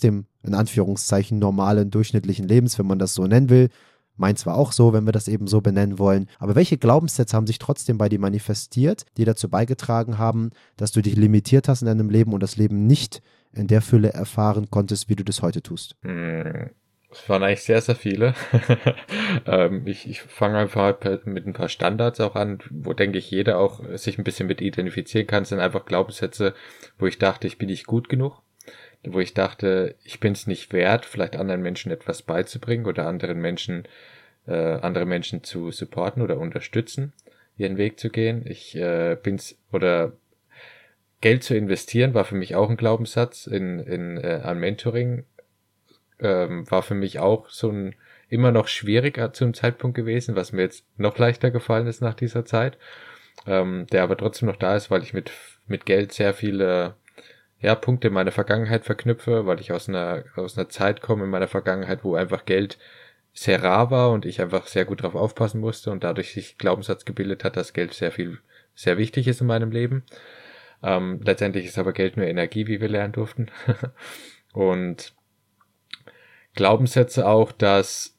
in Anführungszeichen normalen, durchschnittlichen Lebens, wenn man das so nennen will. Meins war auch so, wenn wir das eben so benennen wollen. Aber welche Glaubenssätze haben sich trotzdem bei dir manifestiert, die dazu beigetragen haben, dass du dich limitiert hast in deinem Leben und das Leben nicht in der Fülle erfahren konntest, wie du das heute tust? Hm, Es waren eigentlich sehr, sehr viele. ähm, ich ich fange einfach mit ein paar Standards auch an, wo, denke ich, jeder auch sich ein bisschen mit identifizieren kann. Es sind einfach Glaubenssätze, wo ich dachte, ich bin nicht gut genug. Wo ich dachte, ich bin es nicht wert, vielleicht anderen Menschen etwas beizubringen oder anderen Menschen, äh, andere Menschen zu supporten oder unterstützen, ihren Weg zu gehen. Ich äh, bin's, oder Geld zu investieren war für mich auch ein Glaubenssatz in, in äh, an Mentoring, ähm, war für mich auch so ein immer noch schwieriger zu einem Zeitpunkt gewesen, was mir jetzt noch leichter gefallen ist nach dieser Zeit, ähm, der aber trotzdem noch da ist, weil ich mit mit Geld sehr viele ja, Punkte in meiner Vergangenheit verknüpfe, weil ich aus einer aus einer Zeit komme in meiner Vergangenheit, wo einfach Geld sehr rar war und ich einfach sehr gut drauf aufpassen musste und dadurch sich Glaubenssatz gebildet hat, dass Geld sehr viel, sehr wichtig ist in meinem Leben. Ähm, letztendlich ist aber Geld nur Energie, wie wir lernen durften. Und Glaubenssätze auch, dass,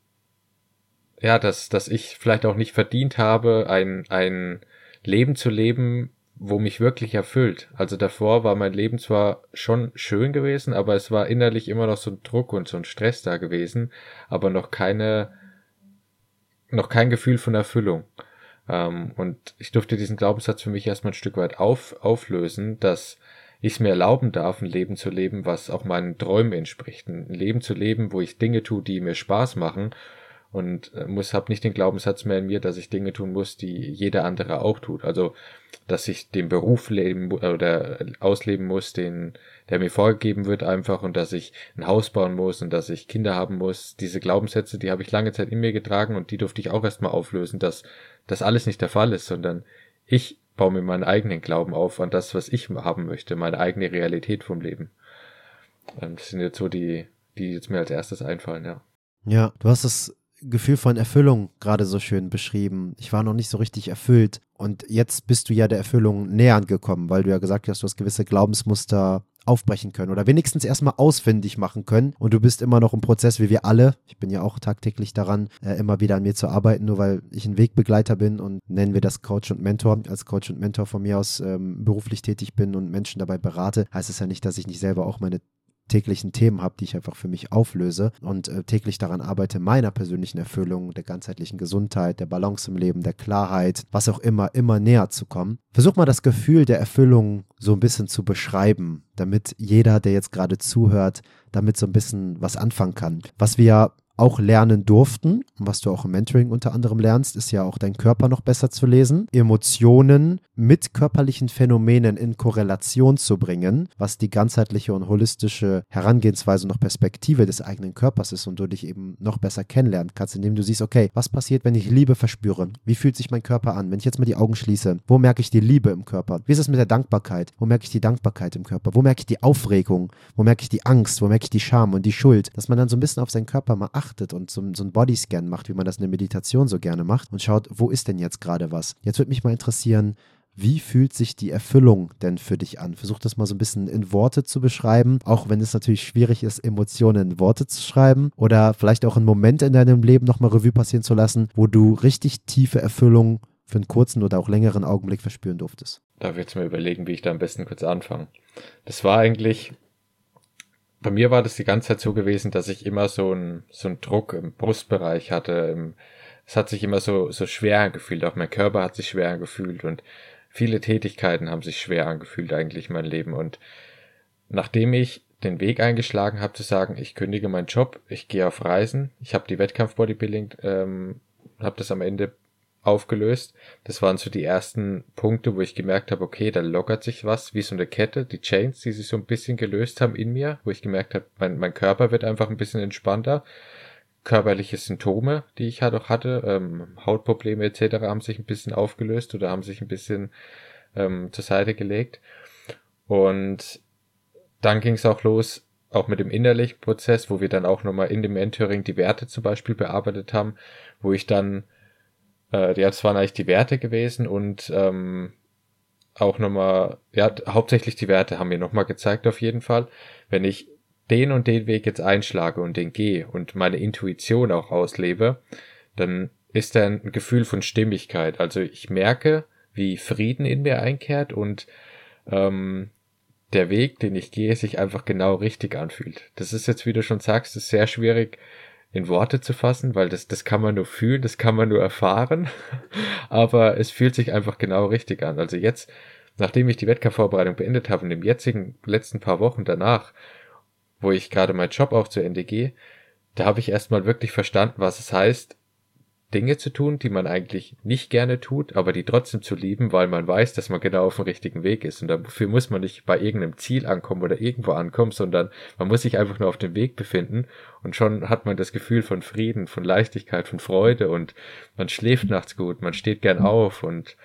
ja, dass, dass ich vielleicht auch nicht verdient habe, ein, ein Leben zu leben, wo mich wirklich erfüllt. Also davor war mein Leben zwar schon schön gewesen, aber es war innerlich immer noch so ein Druck und so ein Stress da gewesen, aber noch keine, noch kein Gefühl von Erfüllung. Ähm, und ich durfte diesen Glaubenssatz für mich erstmal ein Stück weit auf, auflösen, dass ich es mir erlauben darf, ein Leben zu leben, was auch meinen Träumen entspricht. Ein Leben zu leben, wo ich Dinge tue, die mir Spaß machen und äh, muss, habe nicht den Glaubenssatz mehr in mir, dass ich Dinge tun muss, die jeder andere auch tut. Also, dass ich den Beruf leben oder ausleben muss, den, der mir vorgegeben wird einfach, und dass ich ein Haus bauen muss und dass ich Kinder haben muss. Diese Glaubenssätze, die habe ich lange Zeit in mir getragen und die durfte ich auch erstmal auflösen, dass das alles nicht der Fall ist, sondern ich baue mir meinen eigenen Glauben auf an das, was ich haben möchte, meine eigene Realität vom Leben. Das sind jetzt so die, die jetzt mir als erstes einfallen, ja. Ja, du hast das Gefühl von Erfüllung gerade so schön beschrieben. Ich war noch nicht so richtig erfüllt und jetzt bist du ja der Erfüllung näher gekommen, weil du ja gesagt hast, du hast gewisse Glaubensmuster aufbrechen können oder wenigstens erstmal ausfindig machen können und du bist immer noch im Prozess, wie wir alle. Ich bin ja auch tagtäglich daran, äh, immer wieder an mir zu arbeiten, nur weil ich ein Wegbegleiter bin und nennen wir das Coach und Mentor. Als Coach und Mentor von mir aus ähm, beruflich tätig bin und Menschen dabei berate, heißt es ja nicht, dass ich nicht selber auch meine täglichen Themen habe, die ich einfach für mich auflöse und äh, täglich daran arbeite, meiner persönlichen Erfüllung, der ganzheitlichen Gesundheit, der Balance im Leben, der Klarheit, was auch immer, immer näher zu kommen. Versuch mal das Gefühl der Erfüllung so ein bisschen zu beschreiben, damit jeder, der jetzt gerade zuhört, damit so ein bisschen was anfangen kann. Was wir auch lernen durften, was du auch im Mentoring unter anderem lernst, ist ja auch deinen Körper noch besser zu lesen, Emotionen mit körperlichen Phänomenen in Korrelation zu bringen, was die ganzheitliche und holistische Herangehensweise und noch Perspektive des eigenen Körpers ist und du dich eben noch besser kennenlernen kannst, indem du siehst, okay, was passiert, wenn ich Liebe verspüre? Wie fühlt sich mein Körper an? Wenn ich jetzt mal die Augen schließe, wo merke ich die Liebe im Körper? Wie ist es mit der Dankbarkeit? Wo merke ich die Dankbarkeit im Körper? Wo merke ich die Aufregung? Wo merke ich die Angst? Wo merke ich die Scham und die Schuld? Dass man dann so ein bisschen auf seinen Körper mal achtet und so, so einen Bodyscan macht, wie man das in der Meditation so gerne macht und schaut, wo ist denn jetzt gerade was? Jetzt würde mich mal interessieren, wie fühlt sich die Erfüllung denn für dich an? Versuch das mal so ein bisschen in Worte zu beschreiben, auch wenn es natürlich schwierig ist, Emotionen in Worte zu schreiben oder vielleicht auch einen Moment in deinem Leben nochmal Revue passieren zu lassen, wo du richtig tiefe Erfüllung für einen kurzen oder auch längeren Augenblick verspüren durftest. Da würde ich mir überlegen, wie ich da am besten kurz anfange. Das war eigentlich, bei mir war das die ganze Zeit so gewesen, dass ich immer so einen so einen Druck im Brustbereich hatte. Im, es hat sich immer so so schwer angefühlt, auch mein Körper hat sich schwer angefühlt und viele Tätigkeiten haben sich schwer angefühlt eigentlich in meinem Leben. Und nachdem ich den Weg eingeschlagen habe, zu sagen, ich kündige meinen Job, ich gehe auf Reisen, ich habe die Wettkampf-Bodybuilding, ähm, habe das am Ende aufgelöst. Das waren so die ersten Punkte, wo ich gemerkt habe, okay, da lockert sich was, wie so eine Kette, die Chains, die sich so ein bisschen gelöst haben in mir, wo ich gemerkt habe, mein, mein Körper wird einfach ein bisschen entspannter. Körperliche Symptome, die ich halt auch hatte, ähm, Hautprobleme et cetera haben sich ein bisschen aufgelöst oder haben sich ein bisschen ähm, zur Seite gelegt. Und dann ging es auch los, auch mit dem innerlichen Prozess, wo wir dann auch nochmal in dem Mentoring die Werte zum Beispiel bearbeitet haben, wo ich dann, äh, ja, das waren eigentlich die Werte gewesen und ähm, auch nochmal, ja, hauptsächlich die Werte haben mir nochmal gezeigt auf jeden Fall, wenn ich den und den Weg jetzt einschlage und den gehe und meine Intuition auch auslebe, dann ist da ein Gefühl von Stimmigkeit. Also ich merke, wie Frieden in mir einkehrt und ähm, der Weg, den ich gehe, sich einfach genau richtig anfühlt. Das ist jetzt, wie du schon sagst, ist sehr schwierig in Worte zu fassen, weil das, das kann man nur fühlen, das kann man nur erfahren, aber es fühlt sich einfach genau richtig an. Also jetzt, nachdem ich die Wettkampfvorbereitung beendet habe, in den jetzigen letzten paar Wochen danach, wo ich gerade meinen Job auch zu Ende gehe, da habe ich erstmal wirklich verstanden, was es heißt, Dinge zu tun, die man eigentlich nicht gerne tut, aber die trotzdem zu lieben, weil man weiß, dass man genau auf dem richtigen Weg ist. Und dafür muss man nicht bei irgendeinem Ziel ankommen oder irgendwo ankommen, sondern man muss sich einfach nur auf dem Weg befinden und schon hat man das Gefühl von Frieden, von Leichtigkeit, von Freude und man schläft nachts gut, man steht gern auf und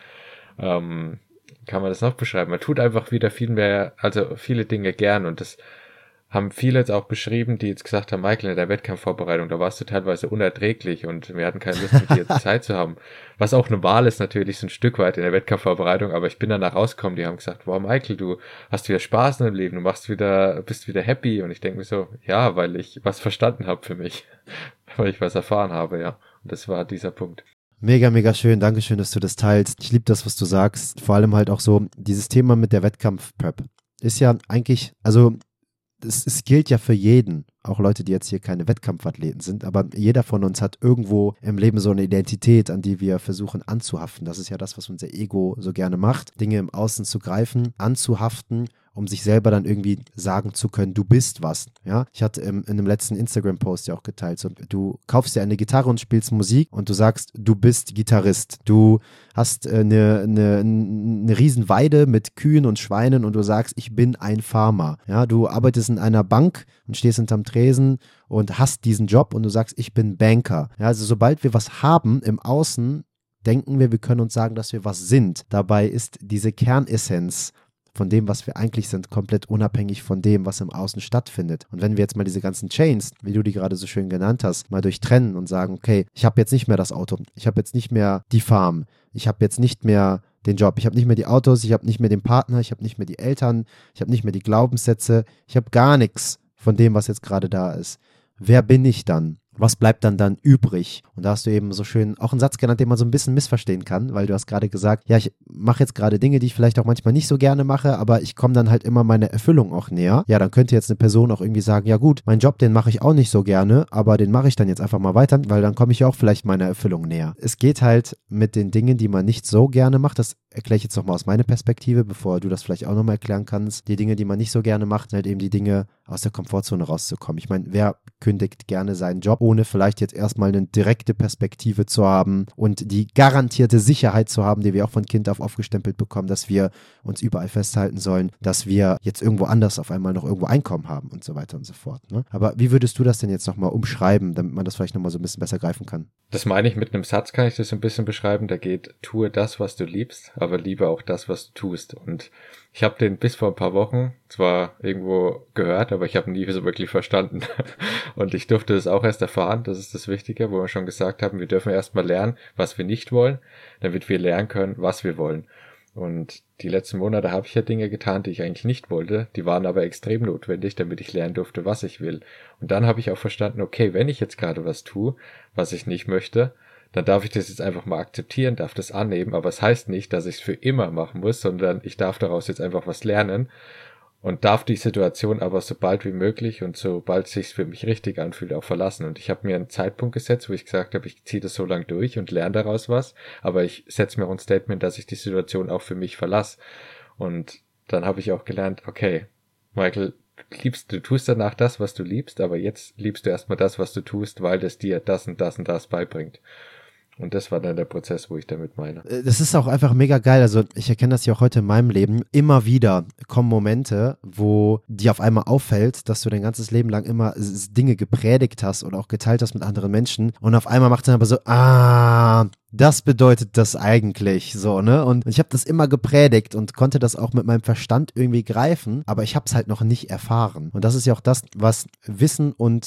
ähm, kann man das noch beschreiben? Man tut einfach wieder viel mehr, also viele Dinge gern und das haben viele jetzt auch beschrieben, die jetzt gesagt haben, Michael, in der Wettkampfvorbereitung, da warst du teilweise unerträglich und wir hatten keine Lust, mit dir Zeit zu haben. Was auch normal ist natürlich, so ein Stück weit in der Wettkampfvorbereitung, aber ich bin danach rausgekommen, die haben gesagt, wow, Michael, du hast wieder Spaß in deinem Leben, du machst wieder, bist wieder happy und ich denke mir so, ja, weil ich was verstanden habe für mich, weil ich was erfahren habe, ja. Und das war dieser Punkt. Mega, mega schön. Dankeschön, dass du das teilst. Ich liebe das, was du sagst. Vor allem halt auch so, dieses Thema mit der Wettkampf-Prep ist ja eigentlich, also Es, es gilt ja für jeden, auch Leute, die jetzt hier keine Wettkampfathleten sind, aber jeder von uns hat irgendwo im Leben so eine Identität, an die wir versuchen anzuhaften. Das ist ja das, was unser Ego so gerne macht, Dinge im Außen zu greifen, anzuhaften, um sich selber dann irgendwie sagen zu können, du bist was. Ja, ich hatte im, in einem letzten Instagram-Post ja auch geteilt, so, du kaufst dir eine Gitarre und spielst Musik und du sagst, du bist Gitarrist. Du hast äh, eine, eine, eine riesen Weide mit Kühen und Schweinen und du sagst, ich bin ein Farmer. Ja, du arbeitest in einer Bank und stehst hinterm Tresen und hast diesen Job und du sagst, ich bin Banker. Ja, also sobald wir was haben im Außen, denken wir, wir können uns sagen, dass wir was sind. Dabei ist diese Kernessenz von dem, was wir eigentlich sind, komplett unabhängig von dem, was im Außen stattfindet. Und wenn wir jetzt mal diese ganzen Chains, wie du die gerade so schön genannt hast, mal durchtrennen und sagen, okay, ich habe jetzt nicht mehr das Auto, ich habe jetzt nicht mehr die Farm, ich habe jetzt nicht mehr den Job, ich habe nicht mehr die Autos, ich habe nicht mehr den Partner, ich habe nicht mehr die Eltern, ich habe nicht mehr die Glaubenssätze, ich habe gar nichts von dem, was jetzt gerade da ist. Wer bin ich dann? Was bleibt dann dann übrig? Und da hast du eben so schön auch einen Satz genannt, den man so ein bisschen missverstehen kann, weil du hast gerade gesagt, ja, ich mache jetzt gerade Dinge, die ich vielleicht auch manchmal nicht so gerne mache, aber ich komme dann halt immer meiner Erfüllung auch näher. Ja, dann könnte jetzt eine Person auch irgendwie sagen, ja gut, meinen Job, den mache ich auch nicht so gerne, aber den mache ich dann jetzt einfach mal weiter, weil dann komme ich ja auch vielleicht meiner Erfüllung näher. Es geht halt mit den Dingen, die man nicht so gerne macht, das erkläre ich jetzt nochmal aus meiner Perspektive, bevor du das vielleicht auch nochmal erklären kannst. Die Dinge, die man nicht so gerne macht, sind halt eben die Dinge, aus der Komfortzone rauszukommen. Ich meine, wer kündigt gerne seinen Job, ohne vielleicht jetzt erstmal eine direkte Perspektive zu haben und die garantierte Sicherheit zu haben, die wir auch von Kind auf aufgestempelt bekommen, dass wir uns überall festhalten sollen, dass wir jetzt irgendwo anders auf einmal noch irgendwo Einkommen haben und so weiter und so fort. Ne? Aber wie würdest du das denn jetzt nochmal umschreiben, damit man das vielleicht nochmal so ein bisschen besser greifen kann? Das meine ich mit einem Satz, kann ich das so ein bisschen beschreiben, da geht, tue das, was du liebst, aber liebe auch das, was du tust. Und ich habe den bis vor ein paar Wochen zwar irgendwo gehört, aber ich habe ihn nie so wirklich verstanden. Und ich durfte das auch erst erfahren, das ist das Wichtige, wo wir schon gesagt haben, wir dürfen erstmal lernen, was wir nicht wollen, damit wir lernen können, was wir wollen. Und die letzten Monate habe ich ja Dinge getan, die ich eigentlich nicht wollte, die waren aber extrem notwendig, damit ich lernen durfte, was ich will. Und dann habe ich auch verstanden, okay, wenn ich jetzt gerade was tue, was ich nicht möchte, dann darf ich das jetzt einfach mal akzeptieren, darf das annehmen, aber es heißt nicht, dass ich es für immer machen muss, sondern ich darf daraus jetzt einfach was lernen und darf die Situation aber so bald wie möglich und sobald es sich für mich richtig anfühlt, auch verlassen. Und ich habe mir einen Zeitpunkt gesetzt, wo ich gesagt habe, ich ziehe das so lang durch und lerne daraus was, aber ich setze mir auch ein Statement, dass ich die Situation auch für mich verlasse. Und dann habe ich auch gelernt, okay, Michael, liebst, du tust danach das, was du liebst, aber jetzt liebst du erstmal das, was du tust, weil das dir das und das und das beibringt. Und das war dann der Prozess, wo ich damit meine. Das ist auch einfach mega geil. Also ich erkenne das ja auch heute in meinem Leben. Immer wieder kommen Momente, wo dir auf einmal auffällt, dass du dein ganzes Leben lang immer Dinge gepredigt hast oder auch geteilt hast mit anderen Menschen. Und auf einmal macht es dann aber so, ah, das bedeutet das eigentlich so, ne? Und ich habe das immer gepredigt und konnte das auch mit meinem Verstand irgendwie greifen, aber ich habe es halt noch nicht erfahren. Und das ist ja auch das, was Wissen und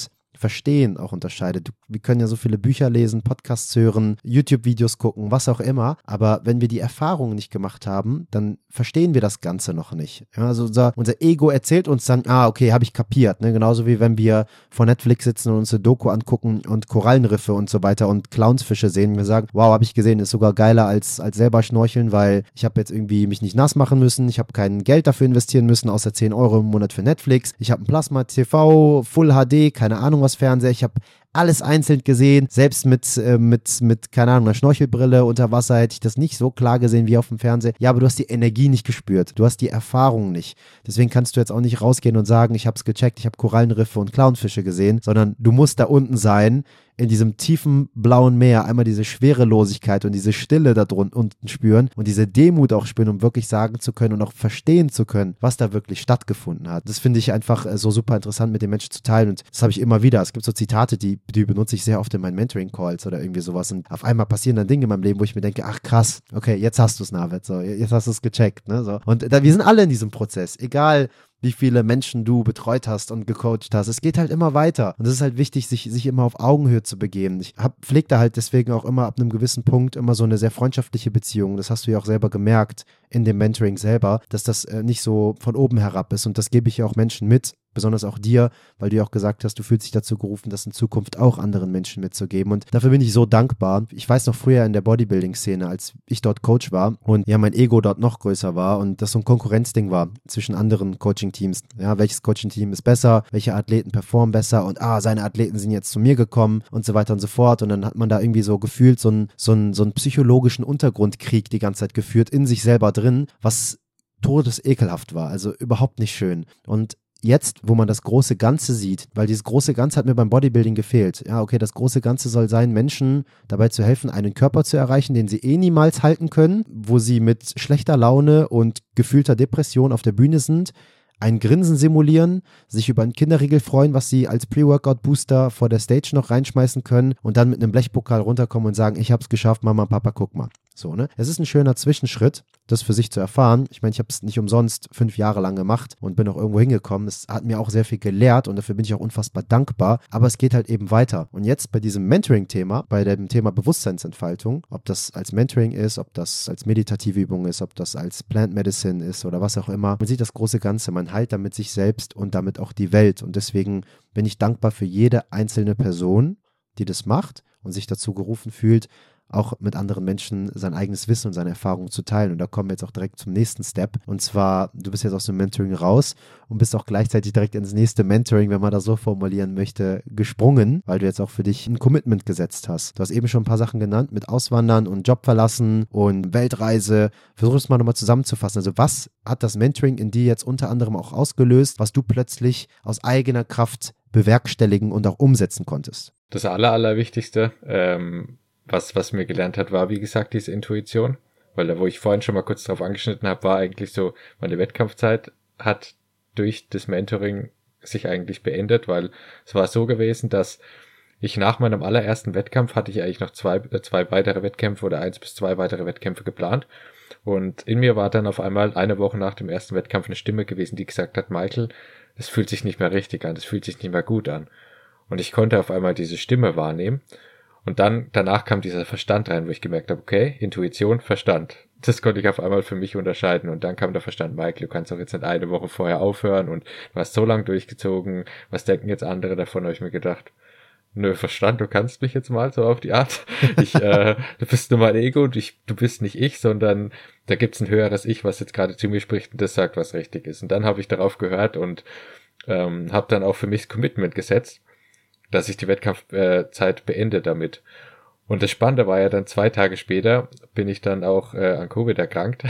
Verstehen auch unterscheidet. Wir können ja so viele Bücher lesen, Podcasts hören, YouTube-Videos gucken, was auch immer, aber wenn wir die Erfahrungen nicht gemacht haben, dann verstehen wir das Ganze noch nicht. Ja, also unser, unser Ego erzählt uns dann, ah, okay, habe ich kapiert, ne? Genauso wie wenn wir vor Netflix sitzen und uns eine Doku angucken und Korallenriffe und so weiter und Clownsfische sehen und wir sagen, wow, habe ich gesehen, ist sogar geiler als, als selber schnorcheln, weil ich habe jetzt irgendwie mich nicht nass machen müssen, ich habe kein Geld dafür investieren müssen, außer zehn Euro im Monat für Netflix, ich habe ein Plasma-T V, Full H D, keine Ahnung was Fernseher, ich habe alles einzeln gesehen, selbst mit, äh, mit, mit, keine Ahnung, einer Schnorchelbrille unter Wasser hätte ich das nicht so klar gesehen wie auf dem Fernseher. Ja, aber du hast die Energie nicht gespürt, du hast die Erfahrung nicht. Deswegen kannst du jetzt auch nicht rausgehen und sagen, ich habe es gecheckt, ich habe Korallenriffe und Clownfische gesehen, sondern du musst da unten sein, in diesem tiefen blauen Meer, einmal diese Schwerelosigkeit und diese Stille da drunten unten spüren und diese Demut auch spüren, um wirklich sagen zu können und auch verstehen zu können, was da wirklich stattgefunden hat. Das finde ich einfach so super interessant mit den Menschen zu teilen und das habe ich immer wieder. Es gibt so Zitate, die, die benutze ich sehr oft in meinen Mentoring-Calls oder irgendwie sowas und auf einmal passieren dann Dinge in meinem Leben, wo ich mir denke, ach krass, okay, jetzt hast du es, Navid, so, jetzt hast du es gecheckt, ne, so. Und da, wir sind alle in diesem Prozess, egal wie viele Menschen du betreut hast und gecoacht hast. Es geht halt immer weiter. Und es ist halt wichtig, sich, sich immer auf Augenhöhe zu begeben. Ich hab, pfleg da halt deswegen auch immer ab einem gewissen Punkt immer so eine sehr freundschaftliche Beziehung. Das hast du ja auch selber gemerkt in dem Mentoring selber, dass das äh, nicht so von oben herab ist. Und das gebe ich ja auch Menschen mit, besonders auch dir, weil du ja auch gesagt hast, du fühlst dich dazu gerufen, das in Zukunft auch anderen Menschen mitzugeben und dafür bin ich so dankbar. Ich weiß noch früher in der Bodybuilding-Szene, als ich dort Coach war und ja mein Ego dort noch größer war und das so ein Konkurrenzding war zwischen anderen Coaching-Teams. Ja, welches Coaching-Team ist besser, welche Athleten performen besser und ah, seine Athleten sind jetzt zu mir gekommen und so weiter und so fort und dann hat man da irgendwie so gefühlt so einen so einen, so einen psychologischen Untergrundkrieg die ganze Zeit geführt in sich selber drin, was todesekelhaft war, also überhaupt nicht schön und jetzt, wo man das große Ganze sieht, weil dieses große Ganze hat mir beim Bodybuilding gefehlt. Ja, okay, das große Ganze soll sein, Menschen dabei zu helfen, einen Körper zu erreichen, den sie eh niemals halten können, wo sie mit schlechter Laune und gefühlter Depression auf der Bühne sind, ein Grinsen simulieren, sich über einen Kinderriegel freuen, was sie als Pre-Workout-Booster vor der Stage noch reinschmeißen können und dann mit einem Blechpokal runterkommen und sagen, ich hab's geschafft, Mama, Papa, guck mal. So, ne? Es ist ein schöner Zwischenschritt, das für sich zu erfahren. Ich meine, ich habe es nicht umsonst fünf Jahre lang gemacht und bin auch irgendwo hingekommen. Es hat mir auch sehr viel gelehrt und dafür bin ich auch unfassbar dankbar. Aber es geht halt eben weiter. Und jetzt bei diesem Mentoring-Thema, bei dem Thema Bewusstseinsentfaltung, ob das als Mentoring ist, ob das als meditative Übung ist, ob das als Plant Medicine ist oder was auch immer, man sieht das große Ganze. Man heilt damit sich selbst und damit auch die Welt. Und deswegen bin ich dankbar für jede einzelne Person, die das macht und sich dazu gerufen fühlt, auch mit anderen Menschen sein eigenes Wissen und seine Erfahrungen zu teilen. Und da kommen wir jetzt auch direkt zum nächsten Step. Und zwar, du bist jetzt aus dem Mentoring raus und bist auch gleichzeitig direkt ins nächste Mentoring, wenn man das so formulieren möchte, gesprungen, weil du jetzt auch für dich ein Commitment gesetzt hast. Du hast eben schon ein paar Sachen genannt mit Auswandern und Job verlassen und Weltreise. Versuch es mal nochmal zusammenzufassen. Also was hat das Mentoring in dir jetzt unter anderem auch ausgelöst, was du plötzlich aus eigener Kraft bewerkstelligen und auch umsetzen konntest? Das Aller, Allerwichtigste, ähm, Was, was mir gelernt hat, war, wie gesagt, diese Intuition. Weil da, wo ich vorhin schon mal kurz drauf angeschnitten habe, war eigentlich so, meine Wettkampfzeit hat durch das Mentoring sich eigentlich beendet, weil es war so gewesen, dass ich nach meinem allerersten Wettkampf hatte ich eigentlich noch zwei, äh, zwei weitere Wettkämpfe oder eins bis zwei weitere Wettkämpfe geplant. Und in mir war dann auf einmal eine Woche nach dem ersten Wettkampf eine Stimme gewesen, die gesagt hat, Michael, das fühlt sich nicht mehr richtig an, das fühlt sich nicht mehr gut an. Und ich konnte auf einmal diese Stimme wahrnehmen. Und dann, danach kam dieser Verstand rein, wo ich gemerkt habe, okay, Intuition, Verstand. Das konnte ich auf einmal für mich unterscheiden. Und dann kam der Verstand, Michael, du kannst doch jetzt nicht eine Woche vorher aufhören und du hast so lange durchgezogen. Was denken jetzt andere davon, habe ich mir gedacht. Nö, Verstand, du kannst mich jetzt mal so auf die Art. Ich, äh, du bist nur mein Ego, du, ich, du bist nicht ich, sondern da gibt's ein höheres Ich, was jetzt gerade zu mir spricht und das sagt, was richtig ist. Und dann habe ich darauf gehört und ähm, habe dann auch für mich das Commitment gesetzt, dass ich die Wettkampfzeit beende damit. Und das Spannende war ja dann, zwei Tage später bin ich dann auch äh, an Covid erkrankt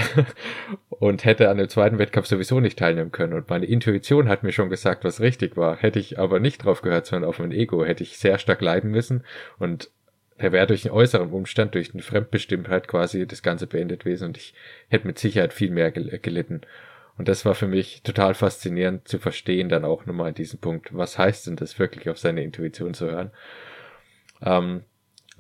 und hätte an dem zweiten Wettkampf sowieso nicht teilnehmen können. Und meine Intuition hat mir schon gesagt, was richtig war. Hätte ich aber nicht drauf gehört, sondern auf mein Ego, hätte ich sehr stark leiden müssen. Und er wäre durch einen äußeren Umstand, durch eine Fremdbestimmtheit quasi das Ganze beendet gewesen. Und ich hätte mit Sicherheit viel mehr gel- gelitten. Und das war für mich total faszinierend zu verstehen, dann auch nochmal an diesem Punkt, was heißt denn das wirklich, auf seine Intuition zu hören. Ähm,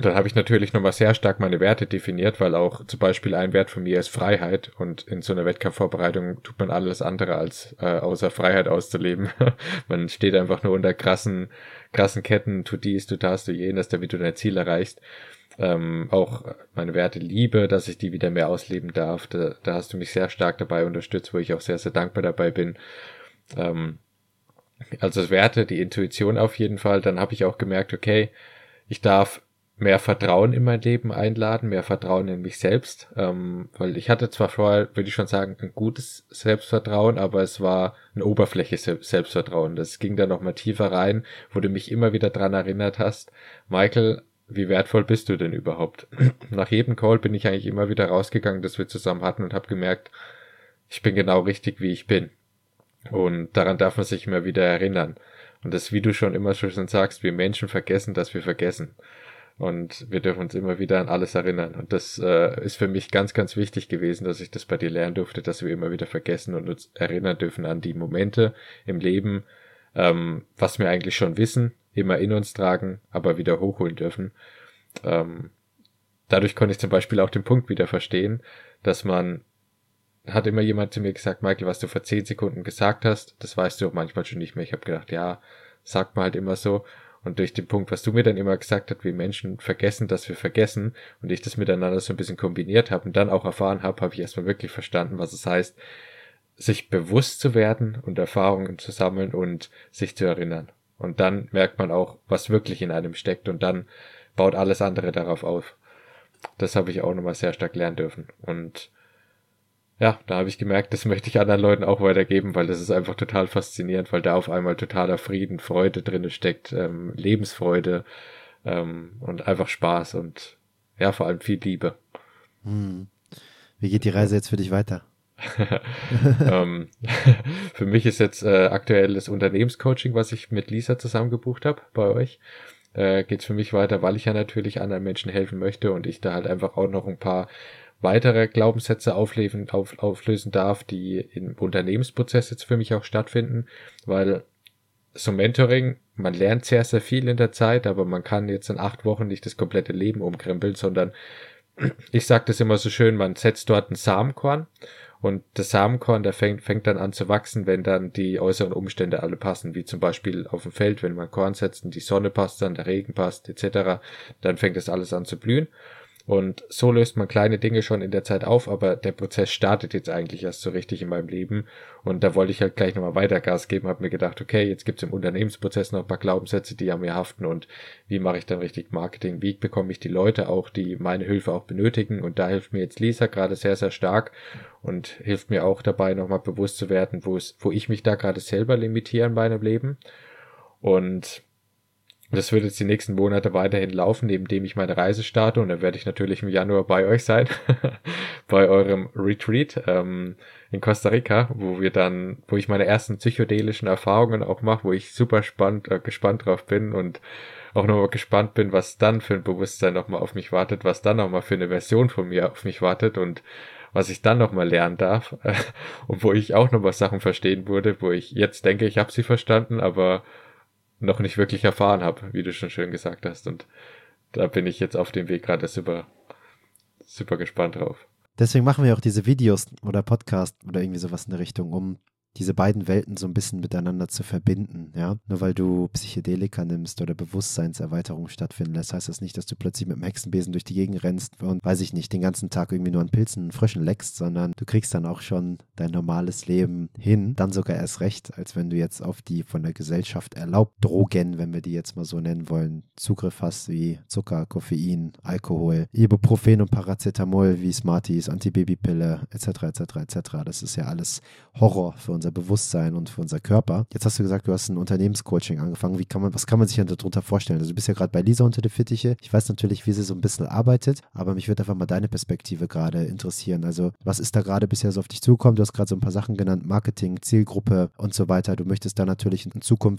dann habe ich natürlich nochmal sehr stark meine Werte definiert, weil auch zum Beispiel ein Wert von mir ist Freiheit und in so einer Wettkampfvorbereitung tut man alles andere als äh, außer Freiheit auszuleben. Man steht einfach nur unter krassen, krassen Ketten, tu dies, tu das, tu jenes, damit du dein Ziel erreichst. Ähm, auch meine Werte Liebe, dass ich die wieder mehr ausleben darf, da, da hast du mich sehr stark dabei unterstützt, wo ich auch sehr, sehr dankbar dabei bin. Ähm, also Werte, die Intuition auf jeden Fall. Dann habe ich auch gemerkt, okay, ich darf mehr Vertrauen in mein Leben einladen, mehr Vertrauen in mich selbst, ähm, weil ich hatte zwar vorher, würde ich schon sagen, ein gutes Selbstvertrauen, aber es war ein oberflächliches Selbstvertrauen. Das ging dann noch mal tiefer rein, wo du mich immer wieder dran erinnert hast, Michael, wie wertvoll bist du denn überhaupt? Nach jedem Call bin ich eigentlich immer wieder rausgegangen, das wir zusammen hatten und habe gemerkt, ich bin genau richtig, wie ich bin. Und daran darf man sich immer wieder erinnern. Und das, wie du schon immer schon sagst, wir Menschen vergessen, dass wir vergessen. Und wir dürfen uns immer wieder an alles erinnern. Und das äh, ist für mich ganz, ganz wichtig gewesen, dass ich das bei dir lernen durfte, dass wir immer wieder vergessen und uns erinnern dürfen an die Momente im Leben, ähm, was wir eigentlich schon wissen, immer in uns tragen, aber wieder hochholen dürfen. Ähm, dadurch konnte ich zum Beispiel auch den Punkt wieder verstehen, dass man, hat immer jemand zu mir gesagt, Michael, was du vor zehn Sekunden gesagt hast, das weißt du auch manchmal schon nicht mehr. Ich habe gedacht, ja, sagt man halt immer so. Und durch den Punkt, was du mir dann immer gesagt hast, wie Menschen vergessen, dass wir vergessen, und ich das miteinander so ein bisschen kombiniert habe und dann auch erfahren habe, habe ich erstmal wirklich verstanden, was es heißt, sich bewusst zu werden und Erfahrungen zu sammeln und sich zu erinnern. Und dann merkt man auch, was wirklich in einem steckt, und dann baut alles andere darauf auf. Das habe ich auch nochmal sehr stark lernen dürfen. Und ja, da habe ich gemerkt, das möchte ich anderen Leuten auch weitergeben, weil das ist einfach total faszinierend, weil da auf einmal totaler Frieden, Freude drin steckt, ähm, Lebensfreude ähm, und einfach Spaß und ja, vor allem viel Liebe. Hm. Wie geht die Reise jetzt für dich weiter? ähm, für mich ist jetzt äh, aktuell das Unternehmenscoaching, was ich mit Lisa zusammen gebucht habe bei euch, äh, geht's für mich weiter, weil ich ja natürlich anderen Menschen helfen möchte und ich da halt einfach auch noch ein paar weitere Glaubenssätze auflösen, auf, auflösen darf, die im Unternehmensprozess jetzt für mich auch stattfinden, weil so Mentoring, man lernt sehr, sehr viel in der Zeit, aber man kann jetzt in acht Wochen nicht das komplette Leben umkrempeln, sondern ich sage das immer so schön, man setzt dort ein Samenkorn und das Samenkorn, der fängt, fängt dann an zu wachsen, wenn dann die äußeren Umstände alle passen, wie zum Beispiel auf dem Feld, wenn man Korn setzt und die Sonne passt dann, der Regen passt et cetera, dann fängt das alles an zu blühen. Und so löst man kleine Dinge schon in der Zeit auf, aber der Prozess startet jetzt eigentlich erst so richtig in meinem Leben. Und da wollte ich halt gleich nochmal weiter Gas geben, habe mir gedacht, okay, jetzt gibt's im Unternehmensprozess noch ein paar Glaubenssätze, die an mir haften, und wie mache ich dann richtig Marketing? Wie bekomme ich die Leute auch, die meine Hilfe auch benötigen? Und da hilft mir jetzt Lisa gerade sehr, sehr stark und hilft mir auch dabei, nochmal bewusst zu werden, wo es, wo ich mich da gerade selber limitiere in meinem Leben. Und das wird jetzt die nächsten Monate weiterhin laufen, neben dem ich meine Reise starte, und dann werde ich natürlich im Januar bei euch sein, bei eurem Retreat ähm, in Costa Rica, wo wir dann, wo ich meine ersten psychedelischen Erfahrungen auch mache, wo ich super spannend, äh, gespannt drauf bin und auch nochmal gespannt bin, was dann für ein Bewusstsein nochmal auf mich wartet, was dann nochmal für eine Version von mir auf mich wartet und was ich dann nochmal lernen darf äh, und wo ich auch nochmal Sachen verstehen würde, wo ich jetzt denke, ich habe sie verstanden, aber noch nicht wirklich erfahren habe, wie du schon schön gesagt hast. Und da bin ich jetzt auf dem Weg gerade super, super gespannt drauf. Deswegen machen wir auch diese Videos oder Podcast oder irgendwie sowas in der Richtung, um diese beiden Welten so ein bisschen miteinander zu verbinden, ja. Nur weil du Psychedelika nimmst oder Bewusstseinserweiterung stattfinden lässt, heißt das nicht, dass du plötzlich mit dem Hexenbesen durch die Gegend rennst und, weiß ich nicht, den ganzen Tag irgendwie nur an Pilzen und Fröschen leckst, sondern du kriegst dann auch schon dein normales Leben hin, dann sogar erst recht, als wenn du jetzt auf die von der Gesellschaft erlaubt Drogen, wenn wir die jetzt mal so nennen wollen, Zugriff hast wie Zucker, Koffein, Alkohol, Ibuprofen und Paracetamol wie Smarties, Antibabypille et cetera et cetera et cetera. Das ist ja alles Horror für uns unser Bewusstsein und für unser Körper. Jetzt hast du gesagt, du hast ein Unternehmenscoaching angefangen. Wie kann man, was kann man sich darunter vorstellen? Also du bist ja gerade bei Lisa unter der Fittiche. Ich weiß natürlich, wie sie so ein bisschen arbeitet, aber mich würde einfach mal deine Perspektive gerade interessieren. Also was ist da gerade bisher so auf dich zugekommen? Du hast gerade so ein paar Sachen genannt, Marketing, Zielgruppe und so weiter. Du möchtest da natürlich in Zukunft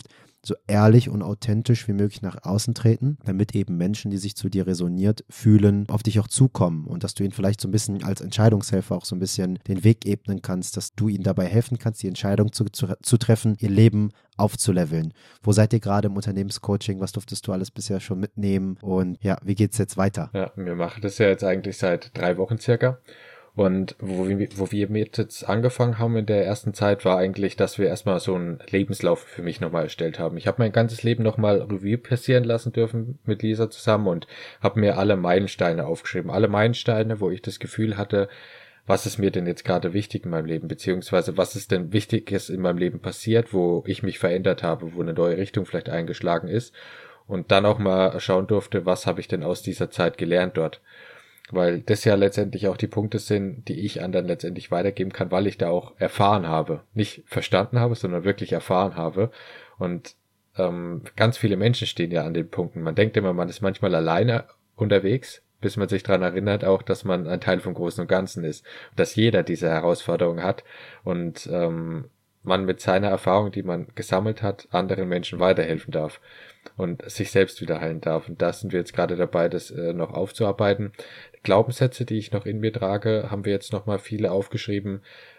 so ehrlich und authentisch wie möglich nach außen treten, damit eben Menschen, die sich zu dir resoniert fühlen, auf dich auch zukommen und dass du ihnen vielleicht so ein bisschen als Entscheidungshelfer auch so ein bisschen den Weg ebnen kannst, dass du ihnen dabei helfen kannst, die Entscheidung zu, zu, zu treffen, ihr Leben aufzuleveln. Wo seid ihr gerade im Unternehmenscoaching? Was durftest du alles bisher schon mitnehmen? Und ja, wie geht's jetzt weiter? Ja, wir machen das ja jetzt eigentlich seit drei Wochen circa. Und wo wir, wo wir mit jetzt angefangen haben in der ersten Zeit, war eigentlich, dass wir erstmal so einen Lebenslauf für mich nochmal erstellt haben. Ich habe mein ganzes Leben nochmal Revue passieren lassen dürfen mit Lisa zusammen und habe mir alle Meilensteine aufgeschrieben. Alle Meilensteine, wo ich das Gefühl hatte, was ist mir denn jetzt gerade wichtig in meinem Leben, beziehungsweise was ist denn Wichtiges in meinem Leben passiert, wo ich mich verändert habe, wo eine neue Richtung vielleicht eingeschlagen ist. Und dann auch mal schauen durfte, was habe ich denn aus dieser Zeit gelernt dort. Weil das ja letztendlich auch die Punkte sind, die ich anderen letztendlich weitergeben kann, weil ich da auch erfahren habe. Nicht verstanden habe, sondern wirklich erfahren habe. Und ähm, ganz viele Menschen stehen ja an den Punkten. Man denkt immer, man ist manchmal alleine unterwegs, bis man sich daran erinnert auch, dass man ein Teil vom Großen und Ganzen ist. Dass jeder diese Herausforderung hat und ähm, man mit seiner Erfahrung, die man gesammelt hat, anderen Menschen weiterhelfen darf und sich selbst wieder heilen darf. Und da sind wir jetzt gerade dabei, das äh, noch aufzuarbeiten. Glaubenssätze, die ich noch in mir trage, haben wir jetzt nochmal viele aufgeschrieben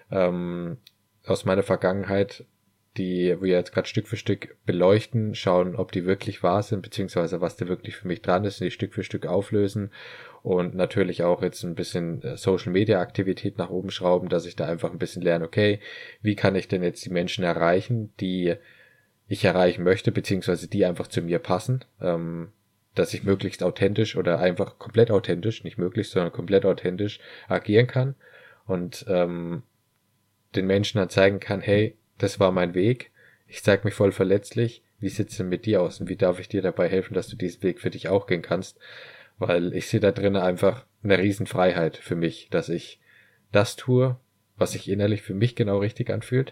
ähm, aus meiner Vergangenheit, die wir jetzt gerade Stück für Stück beleuchten, schauen, ob die wirklich wahr sind, beziehungsweise was da wirklich für mich dran ist, und die Stück für Stück auflösen und natürlich auch jetzt ein bisschen Social-Media-Aktivität nach oben schrauben, dass ich da einfach ein bisschen lerne, okay, wie kann ich denn jetzt die Menschen erreichen, die ich erreichen möchte, beziehungsweise die einfach zu mir passen, ähm, dass ich möglichst authentisch oder einfach komplett authentisch, nicht möglichst, sondern komplett authentisch agieren kann und ähm, den Menschen dann zeigen kann, hey, das war mein Weg, ich zeige mich voll verletzlich, wie sieht's denn mit dir aus und wie darf ich dir dabei helfen, dass du diesen Weg für dich auch gehen kannst, weil ich sehe da drin einfach eine Riesenfreiheit für mich, dass ich das tue, was sich innerlich für mich genau richtig anfühlt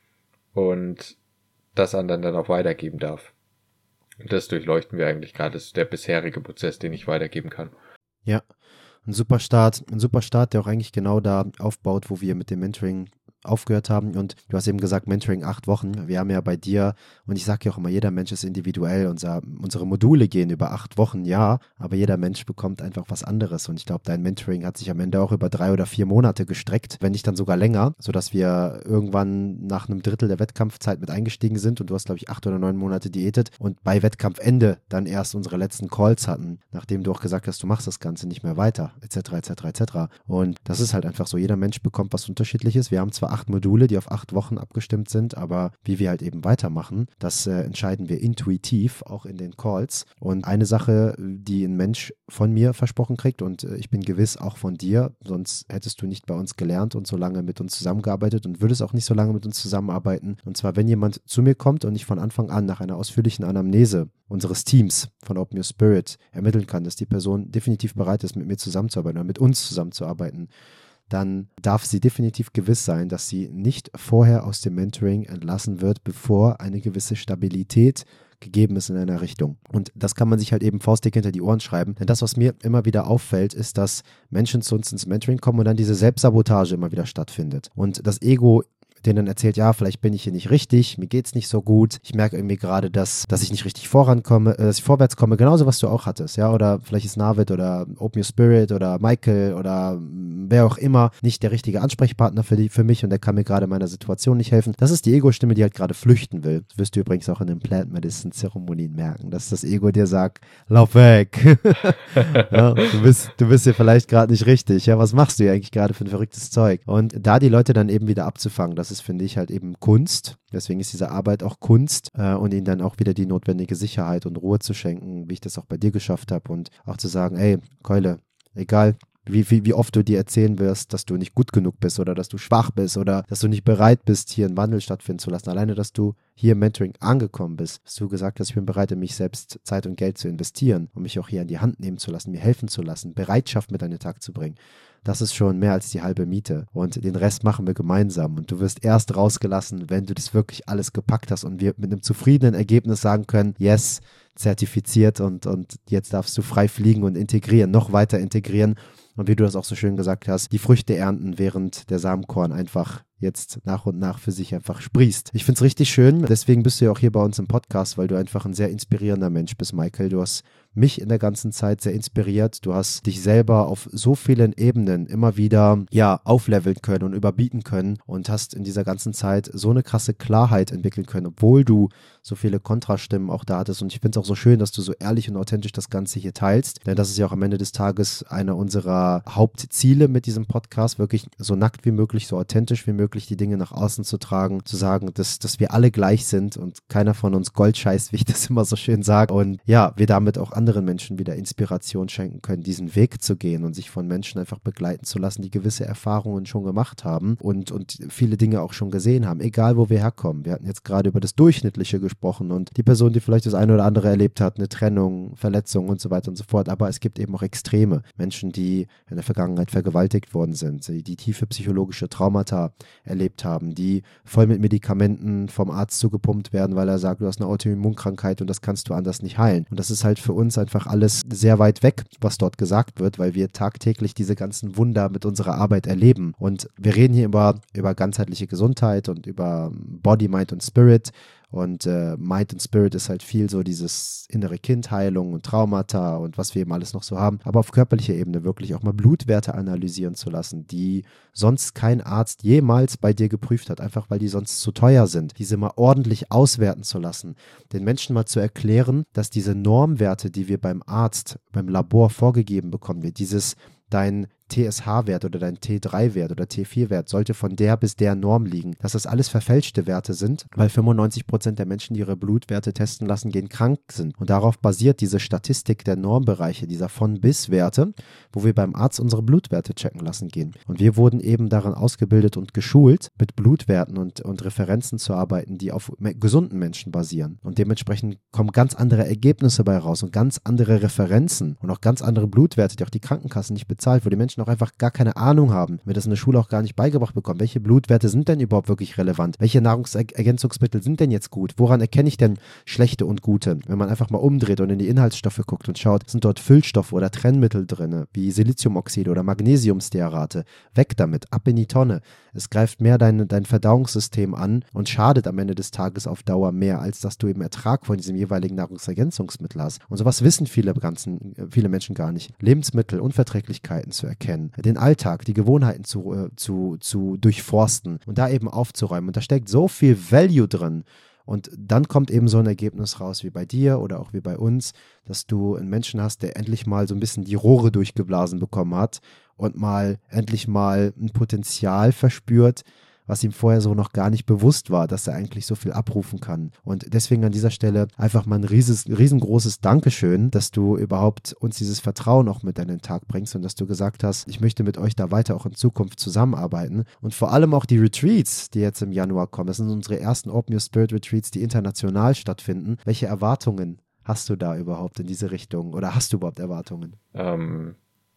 und das anderen dann auch weitergeben darf. Und das durchleuchten wir eigentlich gerade. Das ist der bisherige Prozess, den ich weitergeben kann. Ja, ein super Start, ein super Start, der auch eigentlich genau da aufbaut, wo wir mit dem Mentoring aufgehört haben. Und du hast eben gesagt, Mentoring acht Wochen. Wir haben ja bei dir, und ich sage ja auch immer, jeder Mensch ist individuell. Unser, unsere Module gehen über acht Wochen, ja, aber jeder Mensch bekommt einfach was anderes. Und ich glaube, dein Mentoring hat sich am Ende auch über drei oder vier Monate gestreckt, wenn nicht dann sogar länger, sodass wir irgendwann nach einem Drittel der Wettkampfzeit mit eingestiegen sind und du hast, glaube ich, acht oder neun Monate diätet und bei Wettkampfende dann erst unsere letzten Calls hatten, nachdem du auch gesagt hast, du machst das Ganze nicht mehr weiter, et cetera, et cetera, et cetera. Und das ist halt einfach so, jeder Mensch bekommt was Unterschiedliches. Wir haben zwar acht Module, die auf acht Wochen abgestimmt sind, aber wie wir halt eben weitermachen, das äh, entscheiden wir intuitiv, auch in den Calls. Und eine Sache, die ein Mensch von mir versprochen kriegt und äh, ich bin gewiss auch von dir, sonst hättest du nicht bei uns gelernt und so lange mit uns zusammengearbeitet und würdest auch nicht so lange mit uns zusammenarbeiten. Und zwar, wenn jemand zu mir kommt und ich von Anfang an nach einer ausführlichen Anamnese unseres Teams von Open Your Spirit ermitteln kann, dass die Person definitiv bereit ist, mit mir zusammenzuarbeiten oder mit uns zusammenzuarbeiten, dann darf sie definitiv gewiss sein, dass sie nicht vorher aus dem Mentoring entlassen wird, bevor eine gewisse Stabilität gegeben ist in einer Richtung. Und das kann man sich halt eben faustdick hinter die Ohren schreiben. Denn das, was mir immer wieder auffällt, ist, dass Menschen zu uns ins Mentoring kommen und dann diese Selbstsabotage immer wieder stattfindet. Und das Ego denen dann erzählt, ja, vielleicht bin ich hier nicht richtig, mir geht's nicht so gut, ich merke irgendwie gerade, dass, dass ich nicht richtig vorankomme, äh, dass ich vorwärts komme, genauso was du auch hattest, ja, oder vielleicht ist Navid oder Open Your Spirit oder Michael oder wer auch immer nicht der richtige Ansprechpartner für, die, für mich und der kann mir gerade in meiner Situation nicht helfen. Das ist die Ego-Stimme, die halt gerade flüchten will. Das wirst du übrigens auch in den Plant Medicine Zeremonien merken, dass das Ego dir sagt, lauf weg. Ja, du bist, du bist hier vielleicht gerade nicht richtig, ja, was machst du hier eigentlich gerade für ein verrücktes Zeug? Und da die Leute dann eben wieder abzufangen, das ist, finde ich, halt eben Kunst. Deswegen ist diese Arbeit auch Kunst äh, und ihnen dann auch wieder die notwendige Sicherheit und Ruhe zu schenken, wie ich das auch bei dir geschafft habe und auch zu sagen, ey, Keule, egal, Wie, wie, wie oft du dir erzählen wirst, dass du nicht gut genug bist oder dass du schwach bist oder dass du nicht bereit bist, hier einen Wandel stattfinden zu lassen. Alleine, dass du hier im Mentoring angekommen bist, hast du gesagt, dass ich bin bereit, in mich selbst Zeit und Geld zu investieren und mich auch hier an die Hand nehmen zu lassen, mir helfen zu lassen, Bereitschaft mit an den Tag zu bringen. Das ist schon mehr als die halbe Miete und den Rest machen wir gemeinsam und du wirst erst rausgelassen, wenn du das wirklich alles gepackt hast und wir mit einem zufriedenen Ergebnis sagen können, yes, zertifiziert und, und jetzt darfst du frei fliegen und integrieren, noch weiter integrieren. Und wie du das auch so schön gesagt hast, die Früchte ernten, während der Samenkorn einfach jetzt nach und nach für sich einfach sprießt. Ich finde es richtig schön, deswegen bist du ja auch hier bei uns im Podcast, weil du einfach ein sehr inspirierender Mensch bist, Michael. Du hast mich in der ganzen Zeit sehr inspiriert. Du hast dich selber auf so vielen Ebenen immer wieder ja aufleveln können und überbieten können und hast in dieser ganzen Zeit so eine krasse Klarheit entwickeln können, obwohl du so viele Kontrastimmen auch da hattest. Und ich finde es auch so schön, dass du so ehrlich und authentisch das Ganze hier teilst, denn das ist ja auch am Ende des Tages einer unserer Hauptziele mit diesem Podcast, wirklich so nackt wie möglich, so authentisch wie möglich die Dinge nach außen zu tragen, zu sagen, dass, dass wir alle gleich sind und keiner von uns Gold scheißt, wie ich das immer so schön sage. Und ja, wir damit auch anderen Menschen wieder Inspiration schenken können, diesen Weg zu gehen und sich von Menschen einfach begleiten zu lassen, die gewisse Erfahrungen schon gemacht haben und, und viele Dinge auch schon gesehen haben, egal wo wir herkommen. Wir hatten jetzt gerade über das Durchschnittliche gesprochen und die Person, die vielleicht das eine oder andere erlebt hat, eine Trennung, Verletzung und so weiter und so fort, aber es gibt eben auch Extreme. Menschen, die in der Vergangenheit vergewaltigt worden sind, die, die tiefe psychologische Traumata erlebt haben, die voll mit Medikamenten vom Arzt zugepumpt werden, weil er sagt, du hast eine Autoimmunkrankheit und das kannst du anders nicht heilen. Und das ist halt für uns einfach alles sehr weit weg, was dort gesagt wird, weil wir tagtäglich diese ganzen Wunder mit unserer Arbeit erleben. Und wir reden hier über, über ganzheitliche Gesundheit und über Body, Mind und Spirit. Und äh, Mind und Spirit ist halt viel so dieses innere Kindheilung und Traumata und was wir eben alles noch so haben. Aber auf körperlicher Ebene wirklich auch mal Blutwerte analysieren zu lassen, die sonst kein Arzt jemals bei dir geprüft hat, einfach weil die sonst zu teuer sind. Diese mal ordentlich auswerten zu lassen. Den Menschen mal zu erklären, dass diese Normwerte, die wir beim Arzt, beim Labor vorgegeben bekommen, wir dieses dein T S H-Wert oder dein T drei Wert oder T vier Wert sollte von der bis der Norm liegen, dass das alles verfälschte Werte sind, weil fünfundneunzig Prozent der Menschen, die ihre Blutwerte testen lassen, gehen krank sind. Und darauf basiert diese Statistik der Normbereiche, dieser Von-Bis-Werte, wo wir beim Arzt unsere Blutwerte checken lassen gehen. Und wir wurden eben daran ausgebildet und geschult, mit Blutwerten und, und Referenzen zu arbeiten, die auf me- gesunden Menschen basieren. Und dementsprechend kommen ganz andere Ergebnisse bei raus und ganz andere Referenzen und auch ganz andere Blutwerte, die auch die Krankenkassen nicht bezahlt, wo die Menschen auch einfach gar keine Ahnung haben, wir das in der Schule auch gar nicht beigebracht bekommen. Welche Blutwerte sind denn überhaupt wirklich relevant? Welche Nahrungsergänzungsmittel sind denn jetzt gut? Woran erkenne ich denn schlechte und gute? Wenn man einfach mal umdreht und in die Inhaltsstoffe guckt und schaut, sind dort Füllstoffe oder Trennmittel drin, wie Siliziumoxide oder Magnesiumstearate. Weg damit, ab in die Tonne. Es greift mehr dein, dein Verdauungssystem an und schadet am Ende des Tages auf Dauer mehr, als dass du eben Ertrag von diesem jeweiligen Nahrungsergänzungsmittel hast. Und sowas wissen viele, ganzen, viele Menschen gar nicht. Lebensmittel, Unverträglichkeiten zu erkennen, den Alltag, die Gewohnheiten zu, äh, zu, zu durchforsten und da eben aufzuräumen. Und da steckt so viel Value drin. Und dann kommt eben so ein Ergebnis raus wie bei dir oder auch wie bei uns, dass du einen Menschen hast, der endlich mal so ein bisschen die Rohre durchgeblasen bekommen hat und mal endlich mal ein Potenzial verspürt, was ihm vorher so noch gar nicht bewusst war, dass er eigentlich so viel abrufen kann. Und deswegen an dieser Stelle einfach mal ein rieses, riesengroßes Dankeschön, dass du überhaupt uns dieses Vertrauen auch mit an den Tag bringst und dass du gesagt hast, ich möchte mit euch da weiter auch in Zukunft zusammenarbeiten. Und vor allem auch die Retreats, die jetzt im Januar kommen. Das sind unsere ersten Open Your Spirit Retreats, die international stattfinden. Welche Erwartungen hast du da überhaupt in diese Richtung? Oder hast du überhaupt Erwartungen? Ähm,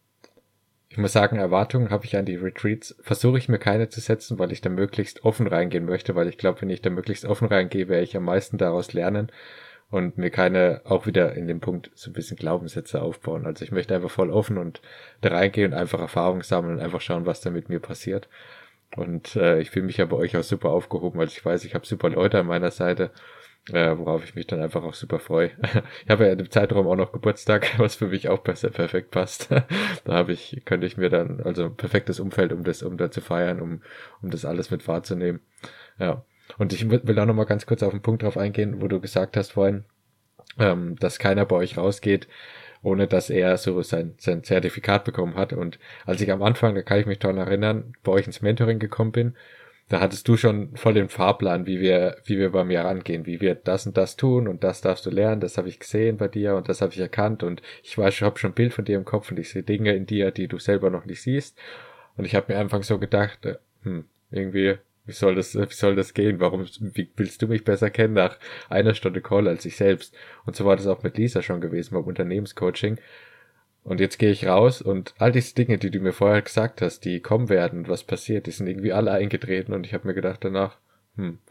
ich muss sagen, Erwartungen habe ich an die Retreats, versuche ich mir keine zu setzen, weil ich da möglichst offen reingehen möchte, weil ich glaube, wenn ich da möglichst offen reingehe, werde ich am meisten daraus lernen und mir keine, auch wieder in dem Punkt so ein bisschen Glaubenssätze aufbauen. Also ich möchte einfach voll offen und da reingehen und einfach Erfahrungen sammeln und einfach schauen, was da mit mir passiert. Und äh, ich fühle mich ja bei euch auch super aufgehoben, weil ich weiß, ich habe super Leute an meiner Seite, Äh, worauf ich mich dann einfach auch super freue. Ich habe ja in dem Zeitraum auch noch Geburtstag, was für mich auch besser perfekt passt. Da habe ich, könnte ich mir dann, also ein perfektes Umfeld, um das, um da zu feiern, um, um das alles mit wahrzunehmen. Ja. Und ich will auch noch mal ganz kurz auf den Punkt drauf eingehen, wo du gesagt hast vorhin, ähm, dass keiner bei euch rausgeht, ohne dass er so sein, sein Zertifikat bekommen hat. Und als ich am Anfang, da kann ich mich daran erinnern, bei euch ins Mentoring gekommen bin, da hattest du schon voll den Fahrplan, wie wir, wie wir bei mir rangehen, wie wir das und das tun und das darfst du lernen, das habe ich gesehen bei dir und das habe ich erkannt und ich weiß, ich habe schon ein Bild von dir im Kopf und ich sehe Dinge in dir, die du selber noch nicht siehst. Und ich habe mir einfach so gedacht, äh, hm, irgendwie, wie soll das, wie soll das gehen? Warum, wie willst du mich besser kennen nach einer Stunde Call als ich selbst? Und so war das auch mit Lisa schon gewesen beim Unternehmenscoaching. Und jetzt gehe ich raus und all diese Dinge, die du mir vorher gesagt hast, die kommen werden und was passiert, die sind irgendwie alle eingetreten und ich habe mir gedacht danach, hm,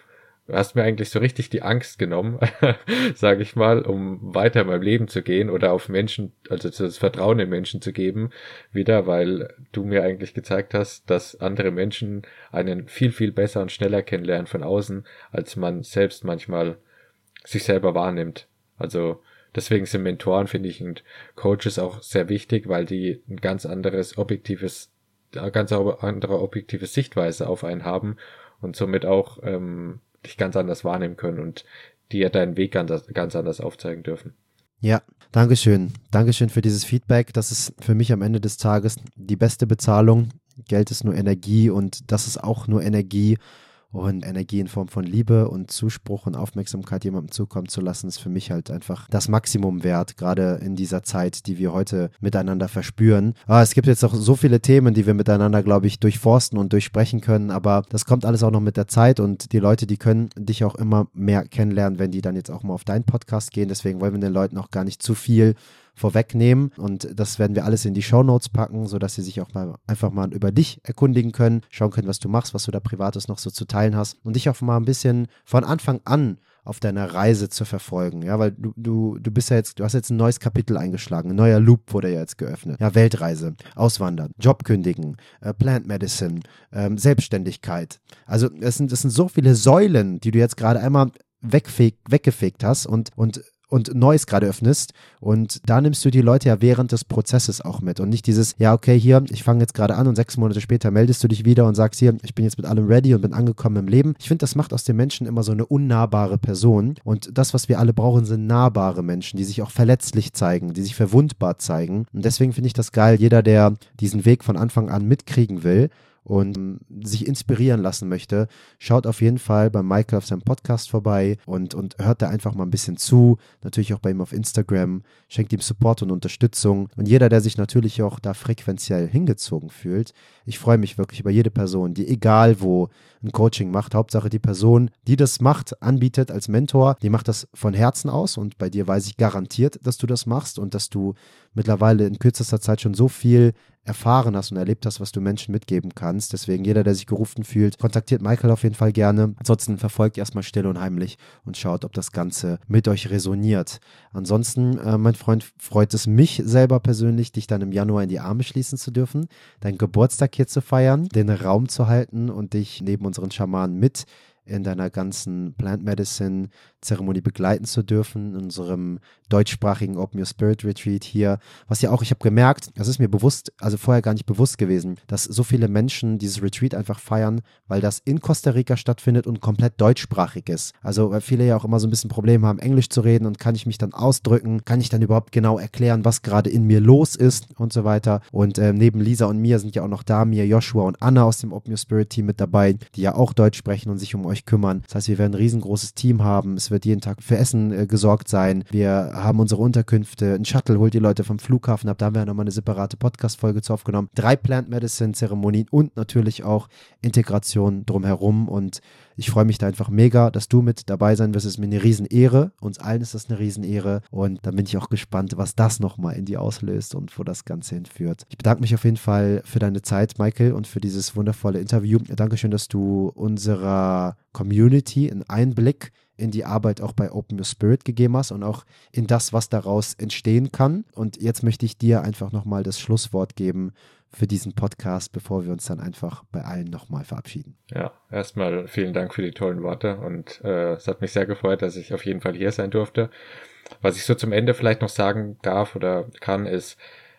Du hast mir eigentlich so richtig die Angst genommen, sage ich mal, um weiter in meinem Leben zu gehen oder auf Menschen, also das Vertrauen in Menschen zu geben, wieder, weil du mir eigentlich gezeigt hast, dass andere Menschen einen viel, viel besser und schneller kennenlernen von außen, als man selbst manchmal sich selber wahrnimmt. Also deswegen sind Mentoren, finde ich, und Coaches auch sehr wichtig, weil die ein ganz anderes objektives, eine ganz andere objektive Sichtweise auf einen haben und somit auch ähm, dich ganz anders wahrnehmen können und dir deinen Weg ganz, ganz anders aufzeigen dürfen. Ja, Dankeschön. Dankeschön für dieses Feedback. Das ist für mich am Ende des Tages die beste Bezahlung. Geld ist nur Energie und das ist auch nur Energie. Und Energie in Form von Liebe und Zuspruch und Aufmerksamkeit jemandem zukommen zu lassen, ist für mich halt einfach das Maximum wert, gerade in dieser Zeit, die wir heute miteinander verspüren. Aber es gibt jetzt auch so viele Themen, die wir miteinander, glaube ich, durchforsten und durchsprechen können, aber das kommt alles auch noch mit der Zeit und die Leute, die können dich auch immer mehr kennenlernen, wenn die dann jetzt auch mal auf deinen Podcast gehen. Deswegen wollen wir den Leuten auch gar nicht zu viel vorwegnehmen und das werden wir alles in die Shownotes packen, sodass sie sich auch mal einfach mal über dich erkundigen können, schauen können, was du machst, was du da Privates noch so zu teilen hast und dich auch mal ein bisschen von Anfang an auf deiner Reise zu verfolgen, ja, weil du, du, du bist ja jetzt, du hast jetzt ein neues Kapitel eingeschlagen, ein neuer Loop wurde ja jetzt geöffnet, ja, Weltreise, Auswandern, Job kündigen, äh, Plant Medicine, ähm, Selbstständigkeit, also es sind, es sind so viele Säulen, die du jetzt gerade einmal wegfeg, weggefegt hast und, und und Neues gerade öffnest und da nimmst du die Leute ja während des Prozesses auch mit und nicht dieses, ja okay, hier, ich fange jetzt gerade an und sechs Monate später meldest du dich wieder und sagst hier, ich bin jetzt mit allem ready und bin angekommen im Leben. Ich finde, das macht aus den Menschen immer so eine unnahbare Person und das, was wir alle brauchen, sind nahbare Menschen, die sich auch verletzlich zeigen, die sich verwundbar zeigen und deswegen finde ich das geil, jeder, der diesen Weg von Anfang an mitkriegen will und sich inspirieren lassen möchte, schaut auf jeden Fall bei Michael auf seinem Podcast vorbei und, und hört da einfach mal ein bisschen zu, natürlich auch bei ihm auf Instagram, schenkt ihm Support und Unterstützung und jeder, der sich natürlich auch da frequenziell hingezogen fühlt, ich freue mich wirklich über jede Person, die egal wo ein Coaching macht, Hauptsache die Person, die das macht, anbietet als Mentor, die macht das von Herzen aus und bei dir weiß ich garantiert, dass du das machst und dass du mittlerweile in kürzester Zeit schon so viel erfahren hast und erlebt hast, was du Menschen mitgeben kannst. Deswegen jeder, der sich gerufen fühlt, kontaktiert Michael auf jeden Fall gerne. Ansonsten verfolgt erstmal still und heimlich und schaut, ob das Ganze mit euch resoniert. Ansonsten, äh, mein Freund, freut es mich selber persönlich, dich dann im Januar in die Arme schließen zu dürfen, deinen Geburtstag hier zu feiern, den Raum zu halten und dich neben unseren Schamanen mit in deiner ganzen Plant Medicine Zeremonie begleiten zu dürfen, in unserem deutschsprachigen Open Your Spirit Retreat hier, was ja auch, ich habe gemerkt, das ist mir bewusst, also vorher gar nicht bewusst gewesen, dass so viele Menschen dieses Retreat einfach feiern, weil das in Costa Rica stattfindet und komplett deutschsprachig ist. Also weil viele ja auch immer so ein bisschen Probleme haben, Englisch zu reden und kann ich mich dann ausdrücken, kann ich dann überhaupt genau erklären, was gerade in mir los ist und so weiter. Und äh, neben Lisa und mir sind ja auch noch Damir, Joshua und Anna aus dem Open Your Spirit Team mit dabei, die ja auch Deutsch sprechen und sich um euch kümmern. Das heißt, wir werden ein riesengroßes Team haben. Es wird jeden Tag für Essen äh, gesorgt sein. Wir haben unsere Unterkünfte. Ein Shuttle holt die Leute vom Flughafen ab. Da haben wir ja nochmal eine separate Podcast-Folge zu aufgenommen. Drei Plant Medicine-Zeremonien und natürlich auch Integration drumherum. Und ich freue mich da einfach mega, dass du mit dabei sein wirst. Es ist mir eine Riesenehre. Uns allen ist das eine Riesenehre. Und dann bin ich auch gespannt, was das nochmal in dir auslöst und wo das Ganze hinführt. Ich bedanke mich auf jeden Fall für deine Zeit, Michael, und für dieses wundervolle Interview. Dankeschön, dass du unserer Community einen Einblick in die Arbeit auch bei Open Your Spirit gegeben hast und auch in das, was daraus entstehen kann. Und jetzt möchte ich dir einfach nochmal das Schlusswort geben für diesen Podcast, bevor wir uns dann einfach bei allen nochmal verabschieden. Ja, erstmal vielen Dank für die tollen Worte und äh, es hat mich sehr gefreut, dass ich auf jeden Fall hier sein durfte. Was ich so zum Ende vielleicht noch sagen darf oder kann, ist,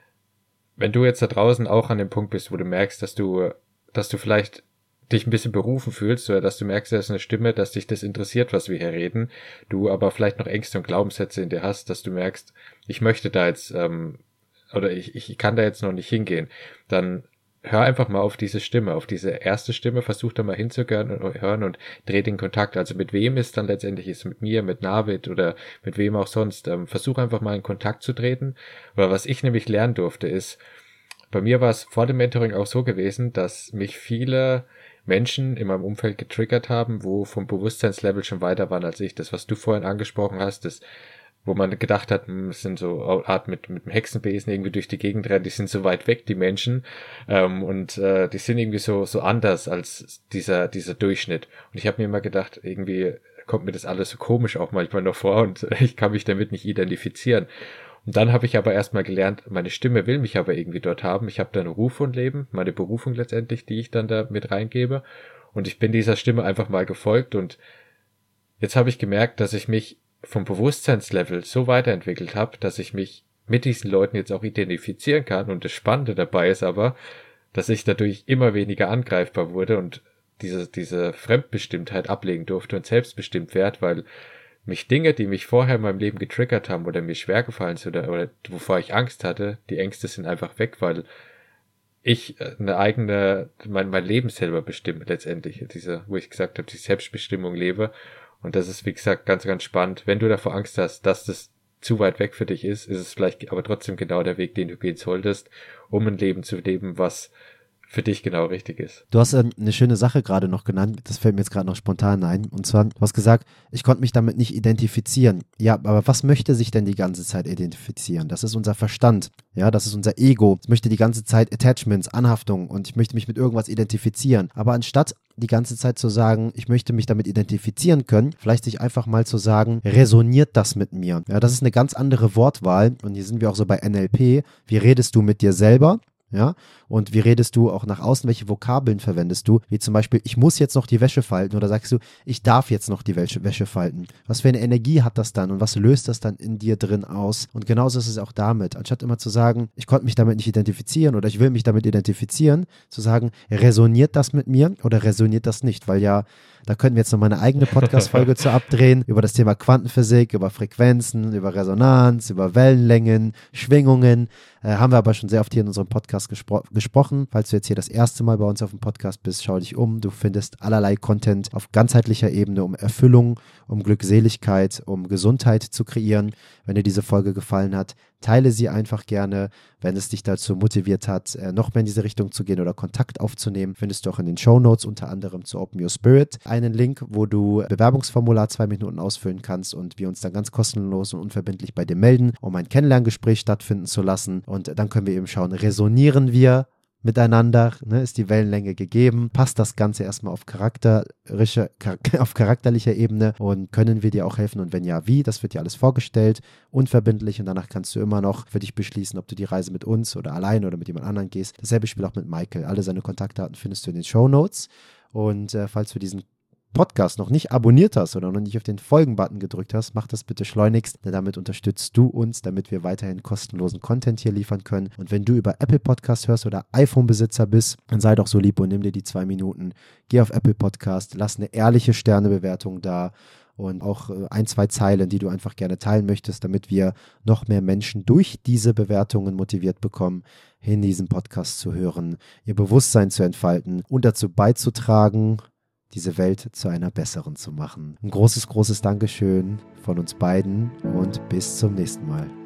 wenn du jetzt da draußen auch an dem Punkt bist, wo du merkst, dass du, dass du vielleicht dich ein bisschen berufen fühlst oder dass du merkst, da ist eine Stimme, dass dich das interessiert, was wir hier reden, du aber vielleicht noch Ängste und Glaubenssätze in dir hast, dass du merkst, ich möchte da jetzt ähm, oder ich, ich kann da jetzt noch nicht hingehen, dann hör einfach mal auf diese Stimme, auf diese erste Stimme, versuch da mal hinzuhören und, hören und dreh den Kontakt. Also mit wem es dann letztendlich ist, mit mir, mit Navid oder mit wem auch sonst, ähm, versuch einfach mal in Kontakt zu treten. Oder was ich nämlich lernen durfte ist, bei mir war es vor dem Mentoring auch so gewesen, dass mich viele Menschen in meinem Umfeld getriggert haben, wo vom Bewusstseinslevel schon weiter waren als ich. Das, was du vorhin angesprochen hast, das wo man gedacht hat, es sind so Art mit, mit dem Hexenbesen irgendwie durch die Gegend rennen, die sind so weit weg, die Menschen, ähm, und äh, die sind irgendwie so so anders als dieser dieser Durchschnitt. Und ich habe mir immer gedacht, irgendwie kommt mir das alles so komisch auch manchmal noch vor und ich kann mich damit nicht identifizieren. Und dann habe ich aber erstmal gelernt, meine Stimme will mich aber irgendwie dort haben. Ich habe da einen Ruf von Leben, meine Berufung letztendlich, die ich dann da mit reingebe. Und ich bin dieser Stimme einfach mal gefolgt und jetzt habe ich gemerkt, dass ich mich vom Bewusstseinslevel so weiterentwickelt habe, dass ich mich mit diesen Leuten jetzt auch identifizieren kann. Und das Spannende dabei ist aber, dass ich dadurch immer weniger angreifbar wurde und diese, diese Fremdbestimmtheit ablegen durfte und selbstbestimmt werd, weil mich Dinge, die mich vorher in meinem Leben getriggert haben oder mir schwer gefallen sind oder, oder wovor ich Angst hatte, die Ängste sind einfach weg, weil ich eine eigene, mein, mein Leben selber bestimme letztendlich, diese, wo ich gesagt habe, die Selbstbestimmung lebe. Und das ist, wie gesagt, ganz, ganz spannend. Wenn du davor Angst hast, dass das zu weit weg für dich ist, ist es vielleicht aber trotzdem genau der Weg, den du gehen solltest, um ein Leben zu leben, was für dich genau richtig ist. Du hast äh, eine schöne Sache gerade noch genannt, das fällt mir jetzt gerade noch spontan ein. Und zwar, du hast gesagt, ich konnte mich damit nicht identifizieren. Ja, aber was möchte sich denn die ganze Zeit identifizieren? Das ist unser Verstand, ja, das ist unser Ego. Es möchte die ganze Zeit Attachments, Anhaftungen und ich möchte mich mit irgendwas identifizieren. Aber anstatt die ganze Zeit zu sagen, ich möchte mich damit identifizieren können, vielleicht sich einfach mal zu sagen, resoniert das mit mir? Ja, das ist eine ganz andere Wortwahl und hier sind wir auch so bei N L P. Wie redest du mit dir selber? Ja, und wie redest du auch nach außen, welche Vokabeln verwendest du, wie zum Beispiel, ich muss jetzt noch die Wäsche falten oder sagst du, ich darf jetzt noch die Wäsche, Wäsche falten. Was für eine Energie hat das dann und was löst das dann in dir drin aus? Und genauso ist es auch damit, anstatt immer zu sagen, ich konnte mich damit nicht identifizieren oder ich will mich damit identifizieren, zu sagen, resoniert das mit mir oder resoniert das nicht, weil ja, da könnten wir jetzt noch mal eine eigene Podcast-Folge zu abdrehen, über das Thema Quantenphysik, über Frequenzen, über Resonanz, über Wellenlängen, Schwingungen, äh, haben wir aber schon sehr oft hier in unserem Podcast gespro- gesprochen. Falls du jetzt hier das erste Mal bei uns auf dem Podcast bist, schau dich um. Du findest allerlei Content auf ganzheitlicher Ebene, um Erfüllung, um Glückseligkeit, um Gesundheit zu kreieren. Wenn dir diese Folge gefallen hat, teile sie einfach gerne. Wenn es dich dazu motiviert hat, noch mehr in diese Richtung zu gehen oder Kontakt aufzunehmen, findest du auch in den Shownotes unter anderem zu Open Your Spirit einen Link, wo du Bewerbungsformular zwei Minuten ausfüllen kannst und wir uns dann ganz kostenlos und unverbindlich bei dir melden, um ein Kennenlerngespräch stattfinden zu lassen. Und dann können wir eben schauen, resonieren wir miteinander, ne, ist die Wellenlänge gegeben, passt das Ganze erstmal auf charakterische, auf charakterlicher Ebene und können wir dir auch helfen und wenn ja, wie, das wird dir alles vorgestellt, unverbindlich und danach kannst du immer noch für dich beschließen, ob du die Reise mit uns oder allein oder mit jemand anderem gehst. Dasselbe Spiel auch mit Michael, alle seine Kontaktdaten findest du in den Shownotes und äh, falls du diesen Podcast noch nicht abonniert hast oder noch nicht auf den Folgen-Button gedrückt hast, mach das bitte schleunigst, denn damit unterstützt du uns, damit wir weiterhin kostenlosen Content hier liefern können. Und wenn du über Apple Podcast hörst oder iPhone-Besitzer bist, dann sei doch so lieb und nimm dir die zwei Minuten, geh auf Apple Podcast, lass eine ehrliche Sternebewertung da und auch ein, zwei Zeilen, die du einfach gerne teilen möchtest, damit wir noch mehr Menschen durch diese Bewertungen motiviert bekommen, in diesem Podcast zu hören, ihr Bewusstsein zu entfalten und dazu beizutragen, diese Welt zu einer besseren zu machen. Ein großes, großes Dankeschön von uns beiden und bis zum nächsten Mal.